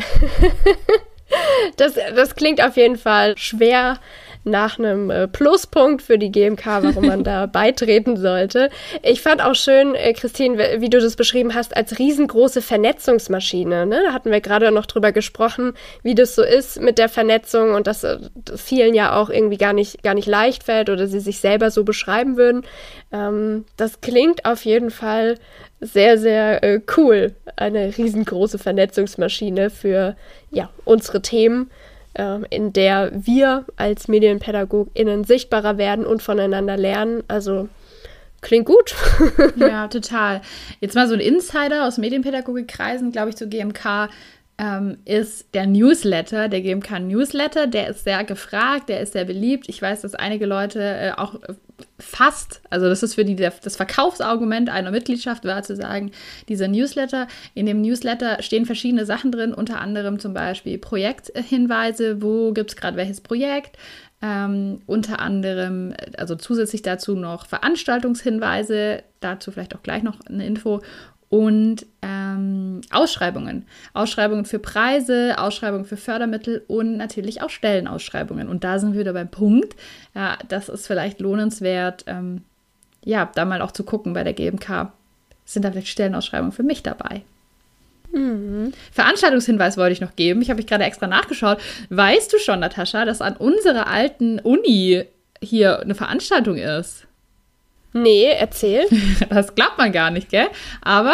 Das klingt auf jeden Fall schwer nach einem Pluspunkt für die GMK, warum man da beitreten sollte. Ich fand auch schön, Christine, wie du das beschrieben hast, als riesengroße Vernetzungsmaschine. Ne? Da hatten wir gerade noch drüber gesprochen, wie das so ist mit der Vernetzung und dass das vielen ja auch irgendwie gar nicht leicht fällt oder sie sich selber so beschreiben würden. Das klingt auf jeden Fall sehr, sehr cool. Eine riesengroße Vernetzungsmaschine für unsere Themen, in der wir als MedienpädagogInnen sichtbarer werden und voneinander lernen. Also klingt gut. Ja, total. Jetzt mal so ein Insider aus Medienpädagogikkreisen, glaube ich, zur GMK. ist der Newsletter, der GMK-Newsletter. Der ist sehr gefragt, der ist sehr beliebt. Ich weiß, dass einige Leute auch also das ist für die das Verkaufsargument einer Mitgliedschaft war zu sagen, dieser Newsletter, in dem Newsletter stehen verschiedene Sachen drin, unter anderem zum Beispiel Projekthinweise, wo gibt es gerade welches Projekt, unter anderem, also zusätzlich dazu noch Veranstaltungshinweise, dazu vielleicht auch gleich noch eine Info und Ausschreibungen für Preise, Ausschreibungen für Fördermittel und natürlich auch Stellenausschreibungen. Und da sind wir wieder beim Punkt, ja, das ist vielleicht lohnenswert, da mal auch zu gucken bei der GMK. Sind da vielleicht Stellenausschreibungen für mich dabei? Mhm. Veranstaltungshinweis wollte ich noch geben. Ich habe gerade extra nachgeschaut. Weißt du schon, Natascha, dass an unserer alten Uni hier eine Veranstaltung ist? Nee, erzähl. Das glaubt man gar nicht, gell? Aber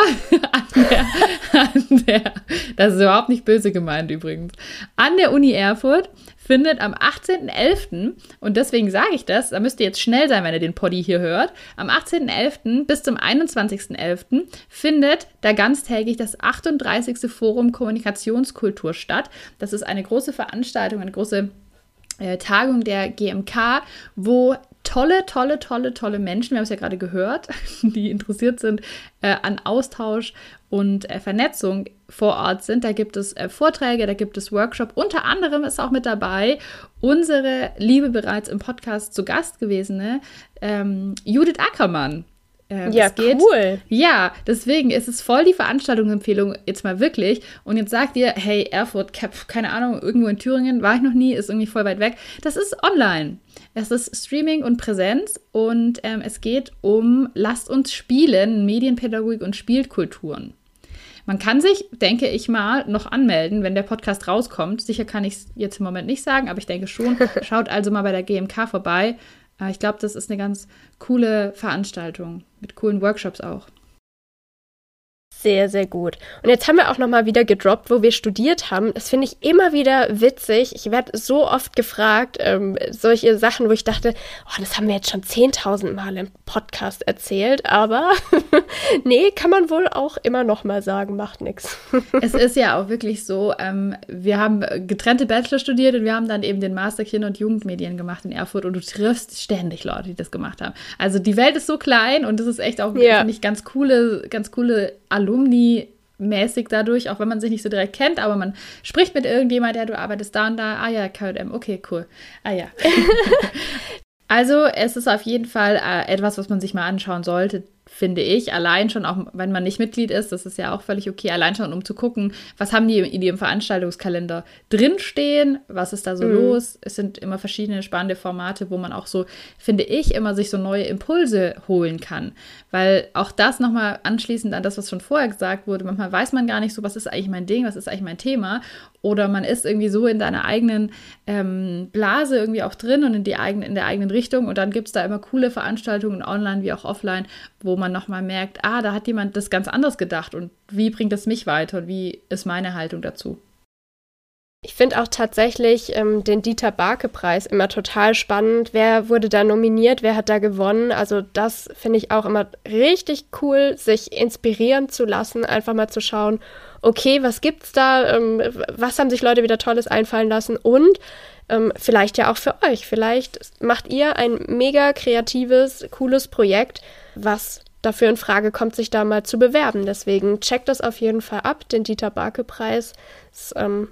das ist überhaupt nicht böse gemeint übrigens, an der Uni Erfurt findet am 18.11., und deswegen sage ich das, da müsst ihr jetzt schnell sein, wenn ihr den Poddy hier hört, am 18.11. bis zum 21.11. findet da ganztägig das 38. Forum Kommunikationskultur statt. Das ist eine große Veranstaltung, eine große Tagung der GMK, wo tolle Menschen, wir haben es ja gerade gehört, die interessiert sind an Austausch und Vernetzung vor Ort sind. Da gibt es Vorträge, da gibt es Workshops. Unter anderem ist auch mit dabei unsere liebe, bereits im Podcast zu Gast gewesene Judith Ackermann. Cool. Ja, deswegen ist es voll die Veranstaltungsempfehlung, jetzt mal wirklich. Und jetzt sagt ihr, hey, Erfurt, keine Ahnung, irgendwo in Thüringen, war ich noch nie, ist irgendwie voll weit weg. Das ist online. Es ist Streaming und Präsenz und es geht um Lasst uns spielen, Medienpädagogik und Spielkulturen. Man kann sich, denke ich mal, noch anmelden, wenn der Podcast rauskommt. Sicher kann ich es jetzt im Moment nicht sagen, aber ich denke schon. Schaut also mal bei der GMK vorbei. Ich glaube, das ist eine ganz coole Veranstaltung mit coolen Workshops auch. Sehr, sehr gut. Und jetzt haben wir auch nochmal wieder gedroppt, wo wir studiert haben. Das finde ich immer wieder witzig. Ich werde so oft gefragt, solche Sachen, wo ich dachte, das haben wir jetzt schon 10.000 Mal im Podcast erzählt. Aber nee, kann man wohl auch immer noch mal sagen, macht nichts. Es ist ja auch wirklich so, wir haben getrennte Bachelor studiert und wir haben dann eben den Master Kinder- und Jugendmedien gemacht in Erfurt und du triffst ständig Leute, die das gemacht haben. Also die Welt ist so klein und das ist echt auch, finde ich, ganz coole Alumni-mäßig dadurch, auch wenn man sich nicht so direkt kennt, aber man spricht mit irgendjemand, du arbeitest da und da, KM, okay, cool, Also es ist auf jeden Fall etwas, was man sich mal anschauen sollte, finde ich, allein schon, auch wenn man nicht Mitglied ist, das ist ja auch völlig okay, allein schon, um zu gucken, was haben die in ihrem Veranstaltungskalender drinstehen, was ist da so los, es sind immer verschiedene spannende Formate, wo man auch so, finde ich, immer sich so neue Impulse holen kann, weil auch das nochmal anschließend an das, was schon vorher gesagt wurde, manchmal weiß man gar nicht so, was ist eigentlich mein Ding, was ist eigentlich mein Thema, oder man ist irgendwie so in deiner eigenen Blase irgendwie auch drin und in der eigenen Richtung und dann gibt es da immer coole Veranstaltungen online wie auch offline, wo man nochmal merkt, da hat jemand das ganz anders gedacht und wie bringt das mich weiter und wie ist meine Haltung dazu? Ich finde auch tatsächlich den Dieter-Barke-Preis immer total spannend. Wer wurde da nominiert, wer hat da gewonnen? Also das finde ich auch immer richtig cool, sich inspirieren zu lassen, einfach mal zu schauen, okay, was gibt's da, was haben sich Leute wieder Tolles einfallen lassen und vielleicht ja auch für euch. Vielleicht macht ihr ein mega kreatives, cooles Projekt, was dafür in Frage kommt, sich da mal zu bewerben. Deswegen checkt das auf jeden Fall ab, den Dieter-Barke-Preis. Ist,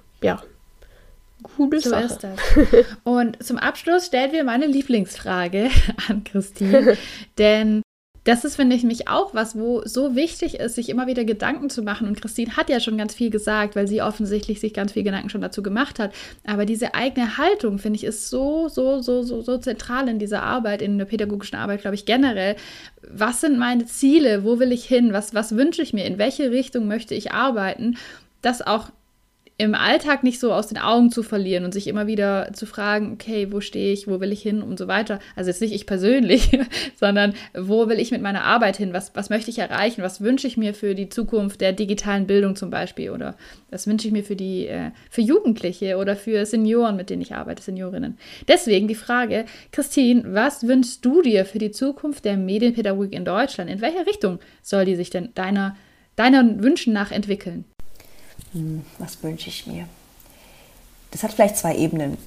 coole Sache. So ist das. Und zum Abschluss stellen wir meine Lieblingsfrage an Christine, denn das ist, finde ich, mich auch was, wo so wichtig ist, sich immer wieder Gedanken zu machen. Und Christine hat ja schon ganz viel gesagt, weil sie offensichtlich sich ganz viel Gedanken schon dazu gemacht hat. Aber diese eigene Haltung, finde ich, ist so zentral in dieser Arbeit, in der pädagogischen Arbeit, glaube ich, generell. Was sind meine Ziele? Wo will ich hin? Was wünsche ich mir? In welche Richtung möchte ich arbeiten? Das auch im Alltag nicht so aus den Augen zu verlieren und sich immer wieder zu fragen, okay, wo stehe ich, wo will ich hin und so weiter. Also jetzt nicht ich persönlich, sondern wo will ich mit meiner Arbeit hin, was möchte ich erreichen, was wünsche ich mir für die Zukunft der digitalen Bildung zum Beispiel oder was wünsche ich mir für Jugendliche oder für Senioren, mit denen ich arbeite, Seniorinnen. Deswegen die Frage, Christine, was wünschst du dir für die Zukunft der Medienpädagogik in Deutschland? In welche Richtung soll die sich denn deiner Wünschen nach entwickeln? Was wünsche ich mir? Das hat vielleicht 2 Ebenen.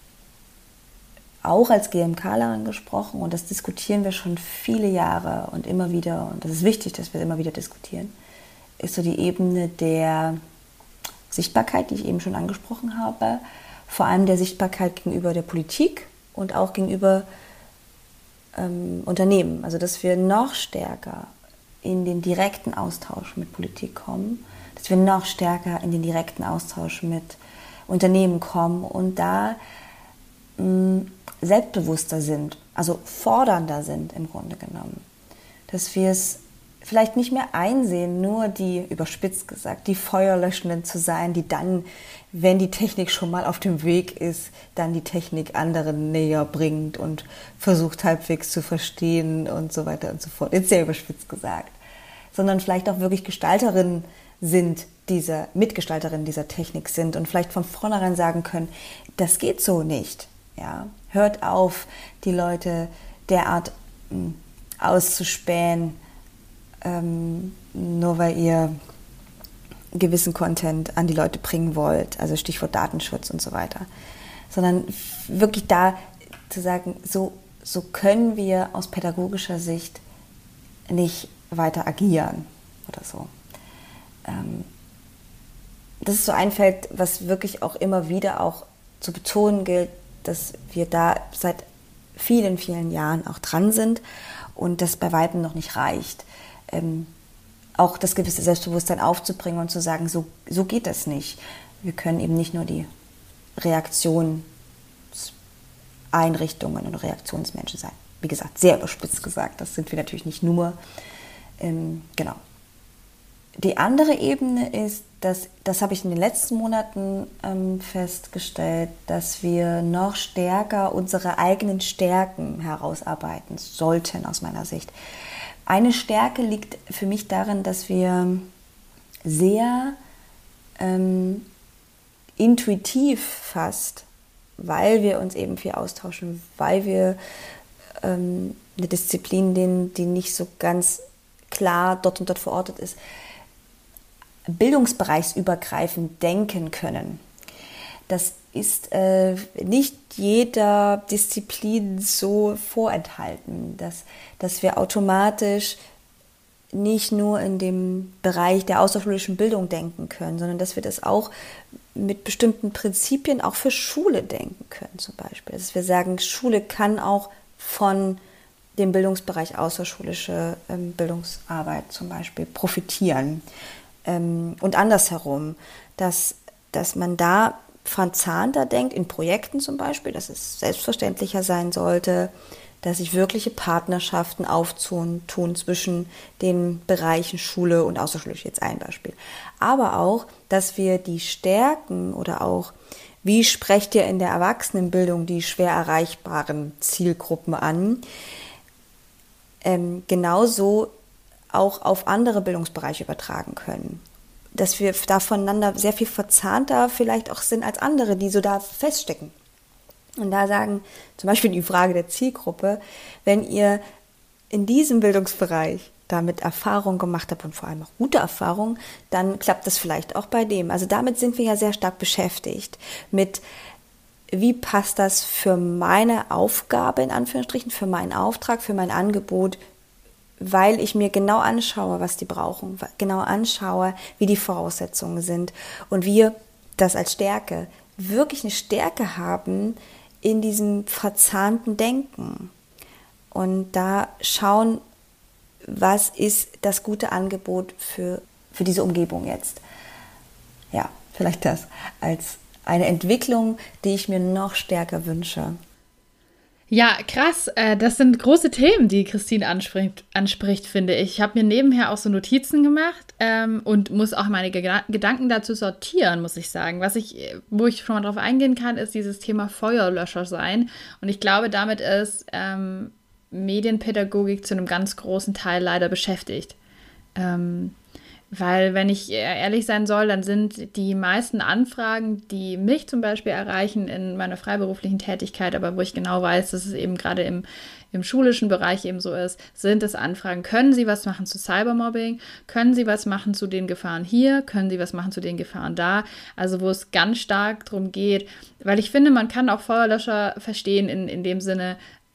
Auch als GMKlerin gesprochen, und das diskutieren wir schon viele Jahre und immer wieder, und das ist wichtig, dass wir immer wieder diskutieren, ist so die Ebene der Sichtbarkeit, die ich eben schon angesprochen habe, vor allem der Sichtbarkeit gegenüber der Politik und auch gegenüber Unternehmen. Also dass wir noch stärker in den direkten Austausch mit Politik kommen, dass wir noch stärker in den direkten Austausch mit Unternehmen kommen und da selbstbewusster sind, also fordernder sind im Grunde genommen. Dass wir es vielleicht nicht mehr einsehen, nur die, überspitzt gesagt, die Feuerlöschenden zu sein, die dann, wenn die Technik schon mal auf dem Weg ist, dann die Technik anderen näher bringt und versucht halbwegs zu verstehen und so weiter und so fort. Jetzt sehr überspitzt gesagt. Sondern vielleicht auch wirklich Gestalterinnen sind, Mitgestalterinnen dieser Technik sind und vielleicht von vornherein sagen können, das geht so nicht. Ja? Hört auf, die Leute derart auszuspähen, nur weil ihr gewissen Content an die Leute bringen wollt, also Stichwort Datenschutz und so weiter, sondern wirklich da zu sagen, so können wir aus pädagogischer Sicht nicht weiter agieren oder so. Das ist so ein Feld, was wirklich auch immer wieder auch zu betonen gilt, dass wir da seit vielen, vielen Jahren auch dran sind und das bei Weitem noch nicht reicht. Auch das gewisse Selbstbewusstsein aufzubringen und zu sagen, so geht das nicht. Wir können eben nicht nur die Reaktionseinrichtungen und Reaktionsmenschen sein. Wie gesagt, sehr überspitzt gesagt, das sind wir natürlich nicht nur. Genau. Die andere Ebene ist, das habe ich in den letzten Monaten festgestellt, dass wir noch stärker unsere eigenen Stärken herausarbeiten sollten, aus meiner Sicht. Eine Stärke liegt für mich darin, dass wir sehr intuitiv fast, weil wir uns eben viel austauschen, weil wir eine Disziplin, die nicht so ganz klar dort und dort verortet ist, bildungsbereichsübergreifend denken können. Das ist nicht jeder Disziplin so vorenthalten, dass wir automatisch nicht nur in dem Bereich der außerschulischen Bildung denken können, sondern dass wir das auch mit bestimmten Prinzipien auch für Schule denken können zum Beispiel. Dass wir sagen, Schule kann auch von dem Bildungsbereich außerschulische Bildungsarbeit zum Beispiel profitieren. Und andersherum, dass man da verzahnter denkt, in Projekten zum Beispiel, dass es selbstverständlicher sein sollte, dass sich wirkliche Partnerschaften auftun zwischen den Bereichen Schule und außerschulisch, jetzt ein Beispiel. Aber auch, dass wir die Stärken oder auch, wie sprecht ihr in der Erwachsenenbildung die schwer erreichbaren Zielgruppen an, genauso auch auf andere Bildungsbereiche übertragen können. Dass wir da voneinander sehr viel verzahnter vielleicht auch sind als andere, die so da feststecken. Und da sagen, zum Beispiel die Frage der Zielgruppe, wenn ihr in diesem Bildungsbereich damit Erfahrung gemacht habt und vor allem auch gute Erfahrung, dann klappt das vielleicht auch bei dem. Also damit sind wir ja sehr stark beschäftigt mit, wie passt das für meine Aufgabe, in Anführungsstrichen, für meinen Auftrag, für mein Angebot, weil ich mir genau anschaue, was die brauchen, genau anschaue, wie die Voraussetzungen sind und wir das als Stärke, wirklich eine Stärke haben in diesem verzahnten Denken und da schauen, was ist das gute Angebot für diese Umgebung jetzt. Ja, vielleicht das als eine Entwicklung, die ich mir noch stärker wünsche. Ja, krass. Das sind große Themen, die Christine anspricht, finde ich. Ich habe mir nebenher auch so Notizen gemacht und muss auch meine Gedanken dazu sortieren, muss ich sagen. Wo ich schon mal drauf eingehen kann, ist dieses Thema Feuerlöscher sein. Und ich glaube, damit ist Medienpädagogik zu einem ganz großen Teil leider beschäftigt. Weil, wenn ich ehrlich sein soll, dann sind die meisten Anfragen, die mich zum Beispiel erreichen in meiner freiberuflichen Tätigkeit, aber wo ich genau weiß, dass es eben gerade im schulischen Bereich eben so ist, sind es Anfragen, können Sie was machen zu Cybermobbing? Können Sie was machen zu den Gefahren hier? Können Sie was machen zu den Gefahren da? Also wo es ganz stark darum geht, weil ich finde, man kann auch Feuerlöscher verstehen in dem Sinne,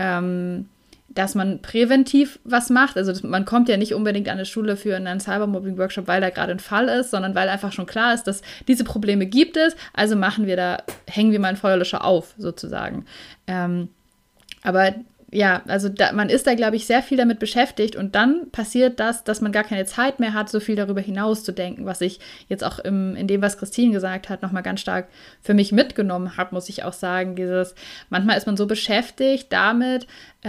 dass man präventiv was macht. Also man kommt ja nicht unbedingt an eine Schule für einen Cybermobbing-Workshop, weil da gerade ein Fall ist, sondern weil einfach schon klar ist, dass diese Probleme gibt es. Also hängen wir mal einen Feuerlöscher auf, sozusagen. Aber ja, also man ist da, glaube ich, sehr viel damit beschäftigt und dann passiert das, dass man gar keine Zeit mehr hat, so viel darüber hinaus zu denken, was ich jetzt auch in dem, was Christine gesagt hat, nochmal ganz stark für mich mitgenommen habe, muss ich auch sagen, manchmal ist man so beschäftigt damit,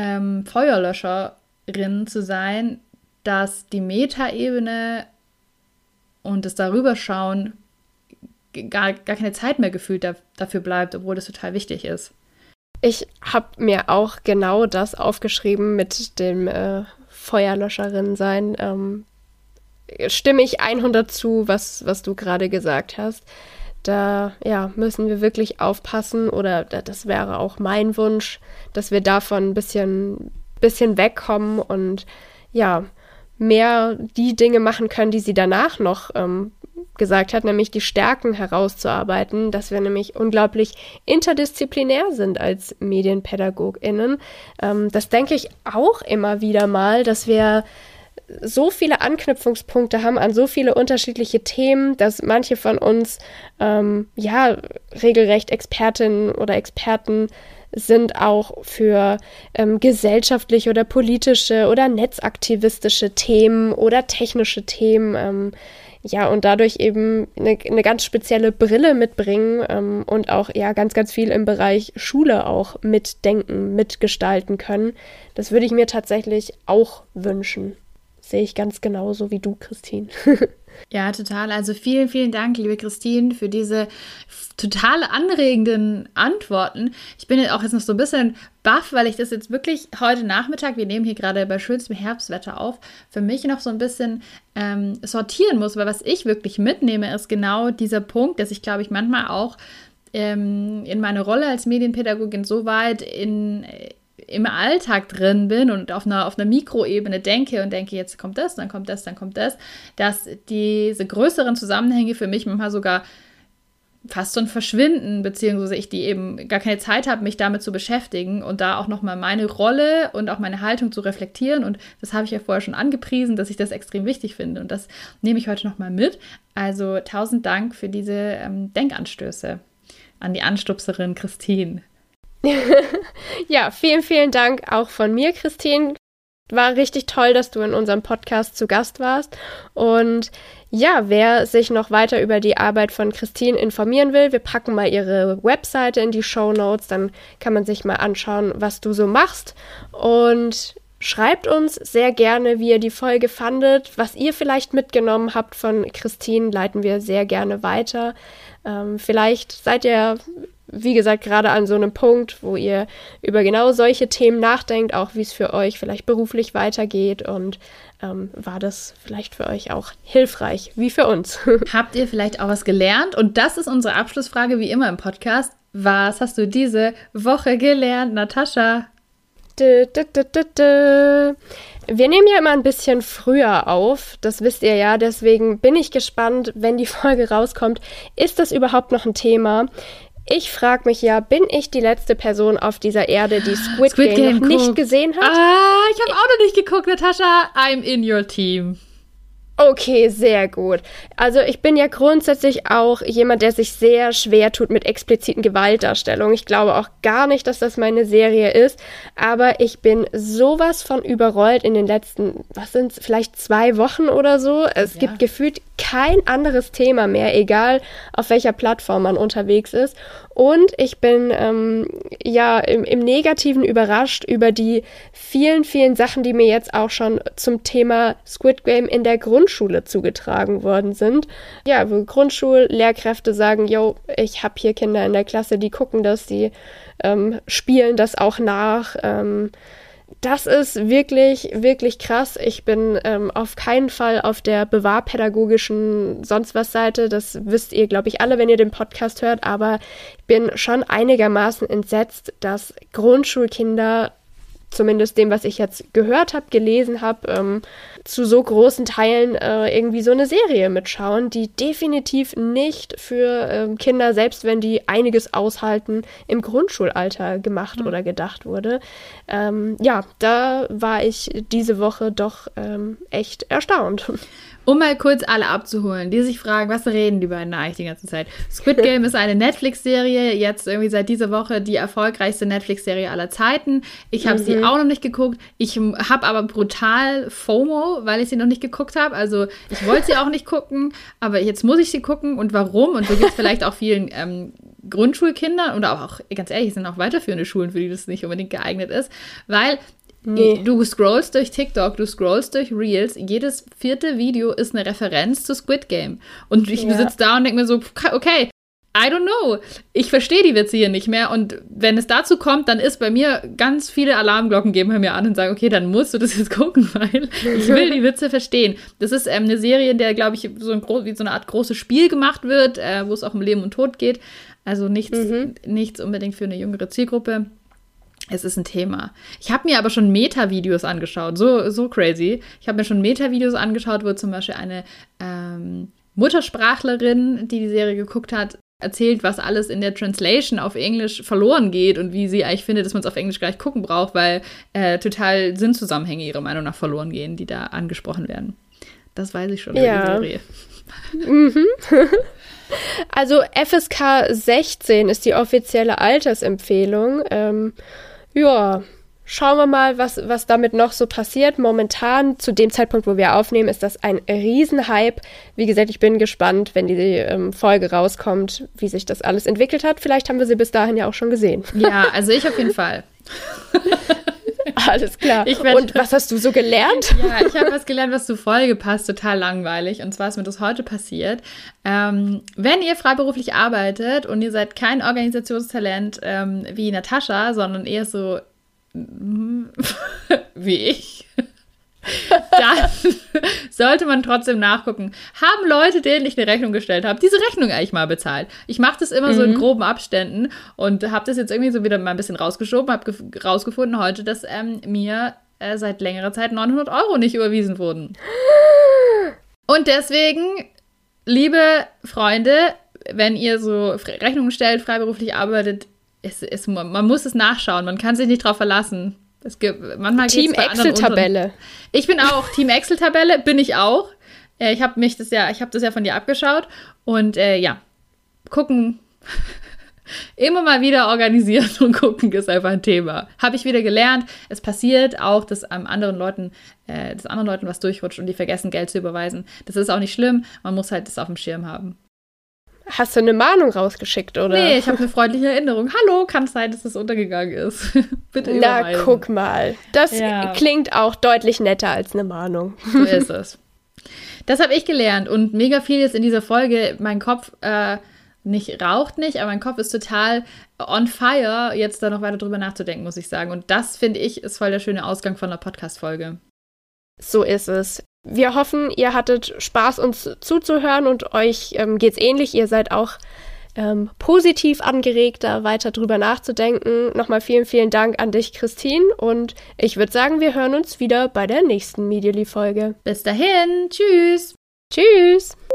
Feuerlöscherin zu sein, dass die Metaebene und das Darüberschauen gar keine Zeit mehr gefühlt dafür bleibt, obwohl das total wichtig ist. Ich habe mir auch genau das aufgeschrieben mit dem Feuerlöscherin sein. Stimme ich 100 zu, was du gerade gesagt hast. Da müssen wir wirklich aufpassen oder das wäre auch mein Wunsch, dass wir davon ein bisschen wegkommen und mehr die Dinge machen können, die sie danach noch gesagt hat, nämlich die Stärken herauszuarbeiten, dass wir nämlich unglaublich interdisziplinär sind als MedienpädagogInnen. Das denke ich auch immer wieder mal, dass wir so viele Anknüpfungspunkte haben an so viele unterschiedliche Themen, dass manche von uns regelrecht Expertinnen oder Experten sind auch für gesellschaftliche oder politische oder netzaktivistische Themen oder technische Themen, und dadurch eben eine ganz spezielle Brille mitbringen und auch ganz, ganz viel im Bereich Schule auch mitdenken, mitgestalten können. Das würde ich mir tatsächlich auch wünschen. Sehe ich ganz genauso wie du, Christine. Ja, total. Also vielen, vielen Dank, liebe Christine, für diese total anregenden Antworten. Ich bin jetzt auch noch so ein bisschen baff, weil ich das jetzt wirklich heute Nachmittag, wir nehmen hier gerade bei schönstem Herbstwetter auf, für mich noch so ein bisschen sortieren muss, weil was ich wirklich mitnehme, ist genau dieser Punkt, dass ich, glaube ich, manchmal auch in meine Rolle als Medienpädagogin so weit im Alltag drin bin und auf einer Mikroebene denke, jetzt kommt das, dann kommt das, dann kommt das, dass diese größeren Zusammenhänge für mich manchmal sogar fast schon verschwinden, beziehungsweise ich die eben gar keine Zeit habe, mich damit zu beschäftigen und da auch nochmal meine Rolle und auch meine Haltung zu reflektieren, und das habe ich ja vorher schon angepriesen, dass ich das extrem wichtig finde, und das nehme ich heute nochmal mit. Also 1000 Dank für diese Denkanstöße an die Anstupserin Christine. Ja, vielen, vielen Dank auch von mir, Christine. War richtig toll, dass du in unserem Podcast zu Gast warst. Und ja, wer sich noch weiter über die Arbeit von Christine informieren will, wir packen mal ihre Webseite in die Shownotes, dann kann man sich mal anschauen, was du so machst. Und schreibt uns sehr gerne, wie ihr die Folge fandet, was ihr vielleicht mitgenommen habt von Christine, leiten wir sehr gerne weiter. Vielleicht seid ihr, wie gesagt, gerade an so einem Punkt, wo ihr über genau solche Themen nachdenkt, auch wie es für euch vielleicht beruflich weitergeht, und war das vielleicht für euch auch hilfreich, wie für uns. Habt ihr vielleicht auch was gelernt? Und das ist unsere Abschlussfrage, wie immer im Podcast. Was hast du diese Woche gelernt, Natascha? Wir nehmen ja immer ein bisschen früher auf, das wisst ihr ja, deswegen bin ich gespannt, wenn die Folge rauskommt, ist das überhaupt noch ein Thema? Ich frage mich ja, bin ich die letzte Person auf dieser Erde, die Squid Game noch nicht gesehen hat? Ich habe auch noch nicht geguckt, Natascha. I'm in your team. Okay, sehr gut. Also ich bin ja grundsätzlich auch jemand, der sich sehr schwer tut mit expliziten Gewaltdarstellungen. Ich glaube auch gar nicht, dass das meine Serie ist, aber ich bin sowas von überrollt in den letzten, vielleicht 2 Wochen oder so. Es gibt gefühlt kein anderes Thema mehr, egal auf welcher Plattform man unterwegs ist. Und ich bin im Negativen überrascht über die vielen, vielen Sachen, die mir jetzt auch schon zum Thema Squid Game in der Grundschule zugetragen worden sind. Ja, wo Grundschullehrkräfte sagen, ich habe hier Kinder in der Klasse, die gucken das, die spielen das auch nach. Das ist wirklich, wirklich krass. Ich bin auf keinen Fall auf der bewahrpädagogischen sonst was Seite. Das wisst ihr, glaube ich, alle, wenn ihr den Podcast hört. Aber ich bin schon einigermaßen entsetzt, dass Grundschulkinder, zumindest dem, was ich jetzt gehört habe, gelesen habe, zu so großen Teilen irgendwie so eine Serie mitschauen, die definitiv nicht für Kinder, selbst wenn die einiges aushalten, im Grundschulalter gemacht oder gedacht wurde. Da war ich diese Woche doch echt erstaunt. Um mal kurz alle abzuholen, die sich fragen, was reden die beiden eigentlich die ganze Zeit? Squid Game ist eine Netflix-Serie, jetzt irgendwie seit dieser Woche die erfolgreichste Netflix-Serie aller Zeiten. Ich habe sie auch noch nicht geguckt. Ich habe aber brutal FOMO, weil ich sie noch nicht geguckt habe. Also ich wollte sie auch nicht gucken, aber jetzt muss ich sie gucken. Und warum? Und so geht es vielleicht auch vielen Grundschulkindern oder auch, ganz ehrlich, es sind auch weiterführende Schulen, für die das nicht unbedingt geeignet ist, weil du scrollst durch TikTok, du scrollst durch Reels, jedes 4. Video ist eine Referenz zu Squid Game. Und ich sitze da und denke mir so, okay, I don't know. Ich verstehe die Witze hier nicht mehr. Und wenn es dazu kommt, dann ist bei mir ganz viele Alarmglocken gehen bei mir an und sagen, okay, dann musst du das jetzt gucken, weil ich will die Witze verstehen. Das ist eine Serie, in der, glaube ich, wie so eine Art großes Spiel gemacht wird, wo es auch um Leben und Tod geht. Also nichts unbedingt für eine jüngere Zielgruppe. Es ist ein Thema. Ich habe mir aber schon Meta-Videos angeschaut, so crazy. Ich habe mir schon Meta-Videos angeschaut, wo zum Beispiel eine Muttersprachlerin, die Serie geguckt hat, erzählt, was alles in der Translation auf Englisch verloren geht und wie sie eigentlich findet, dass man es auf Englisch gleich gucken braucht, weil total Sinnzusammenhänge ihrer Meinung nach verloren gehen, die da angesprochen werden. Das weiß ich schon über die Serie. Also FSK 16 ist die offizielle Altersempfehlung. Schauen wir mal, was damit noch so passiert. Momentan, zu dem Zeitpunkt, wo wir aufnehmen, ist das ein Riesenhype. Wie gesagt, ich bin gespannt, wenn die Folge rauskommt, wie sich das alles entwickelt hat. Vielleicht haben wir sie bis dahin ja auch schon gesehen. Ja, also ich auf jeden Fall. Alles klar. Und was hast du so gelernt? Ja, ich habe was gelernt, was zur Folge passt, total langweilig. Und zwar ist mir das heute passiert. Wenn ihr freiberuflich arbeitet und ihr seid kein Organisationstalent wie Natascha, sondern eher so wie ich, dann sollte man trotzdem nachgucken. Haben Leute, denen ich eine Rechnung gestellt habe, diese Rechnung eigentlich mal bezahlt? Ich mache das immer so in groben Abständen und habe das jetzt irgendwie so wieder mal ein bisschen rausgeschoben, habe rausgefunden heute, dass mir seit längerer Zeit 900 € nicht überwiesen wurden. Und deswegen, liebe Freunde, wenn ihr so Rechnungen stellt, freiberuflich arbeitet, man muss es nachschauen, man kann sich nicht drauf verlassen. Manchmal Team Excel-Tabelle. Ich bin auch Team Excel-Tabelle, bin ich auch. Ich habe das ja von dir abgeschaut und gucken, immer mal wieder organisieren und gucken ist einfach ein Thema. Habe ich wieder gelernt. Es passiert auch, dass anderen Leuten was durchrutscht und die vergessen, Geld zu überweisen. Das ist auch nicht schlimm. Man muss halt das auf dem Schirm haben. Hast du eine Mahnung rausgeschickt, oder? Nee, ich habe eine freundliche Erinnerung. Hallo, kann es sein, dass das untergegangen ist? Bitte überweisen. Na, guck mal. Das klingt auch deutlich netter als eine Mahnung. So ist es. Das habe ich gelernt und mega viel jetzt in dieser Folge. Mein Kopf raucht nicht, aber mein Kopf ist total on fire, jetzt da noch weiter drüber nachzudenken, muss ich sagen. Und das, finde ich, ist voll der schöne Ausgang von einer Podcast-Folge. So ist es. Wir hoffen, ihr hattet Spaß, uns zuzuhören und euch geht's ähnlich. Ihr seid auch positiv angeregt, da weiter drüber nachzudenken. Nochmal vielen, vielen Dank an dich, Christine. Und ich würde sagen, wir hören uns wieder bei der nächsten Medially-Folge. Bis dahin. Tschüss. Tschüss.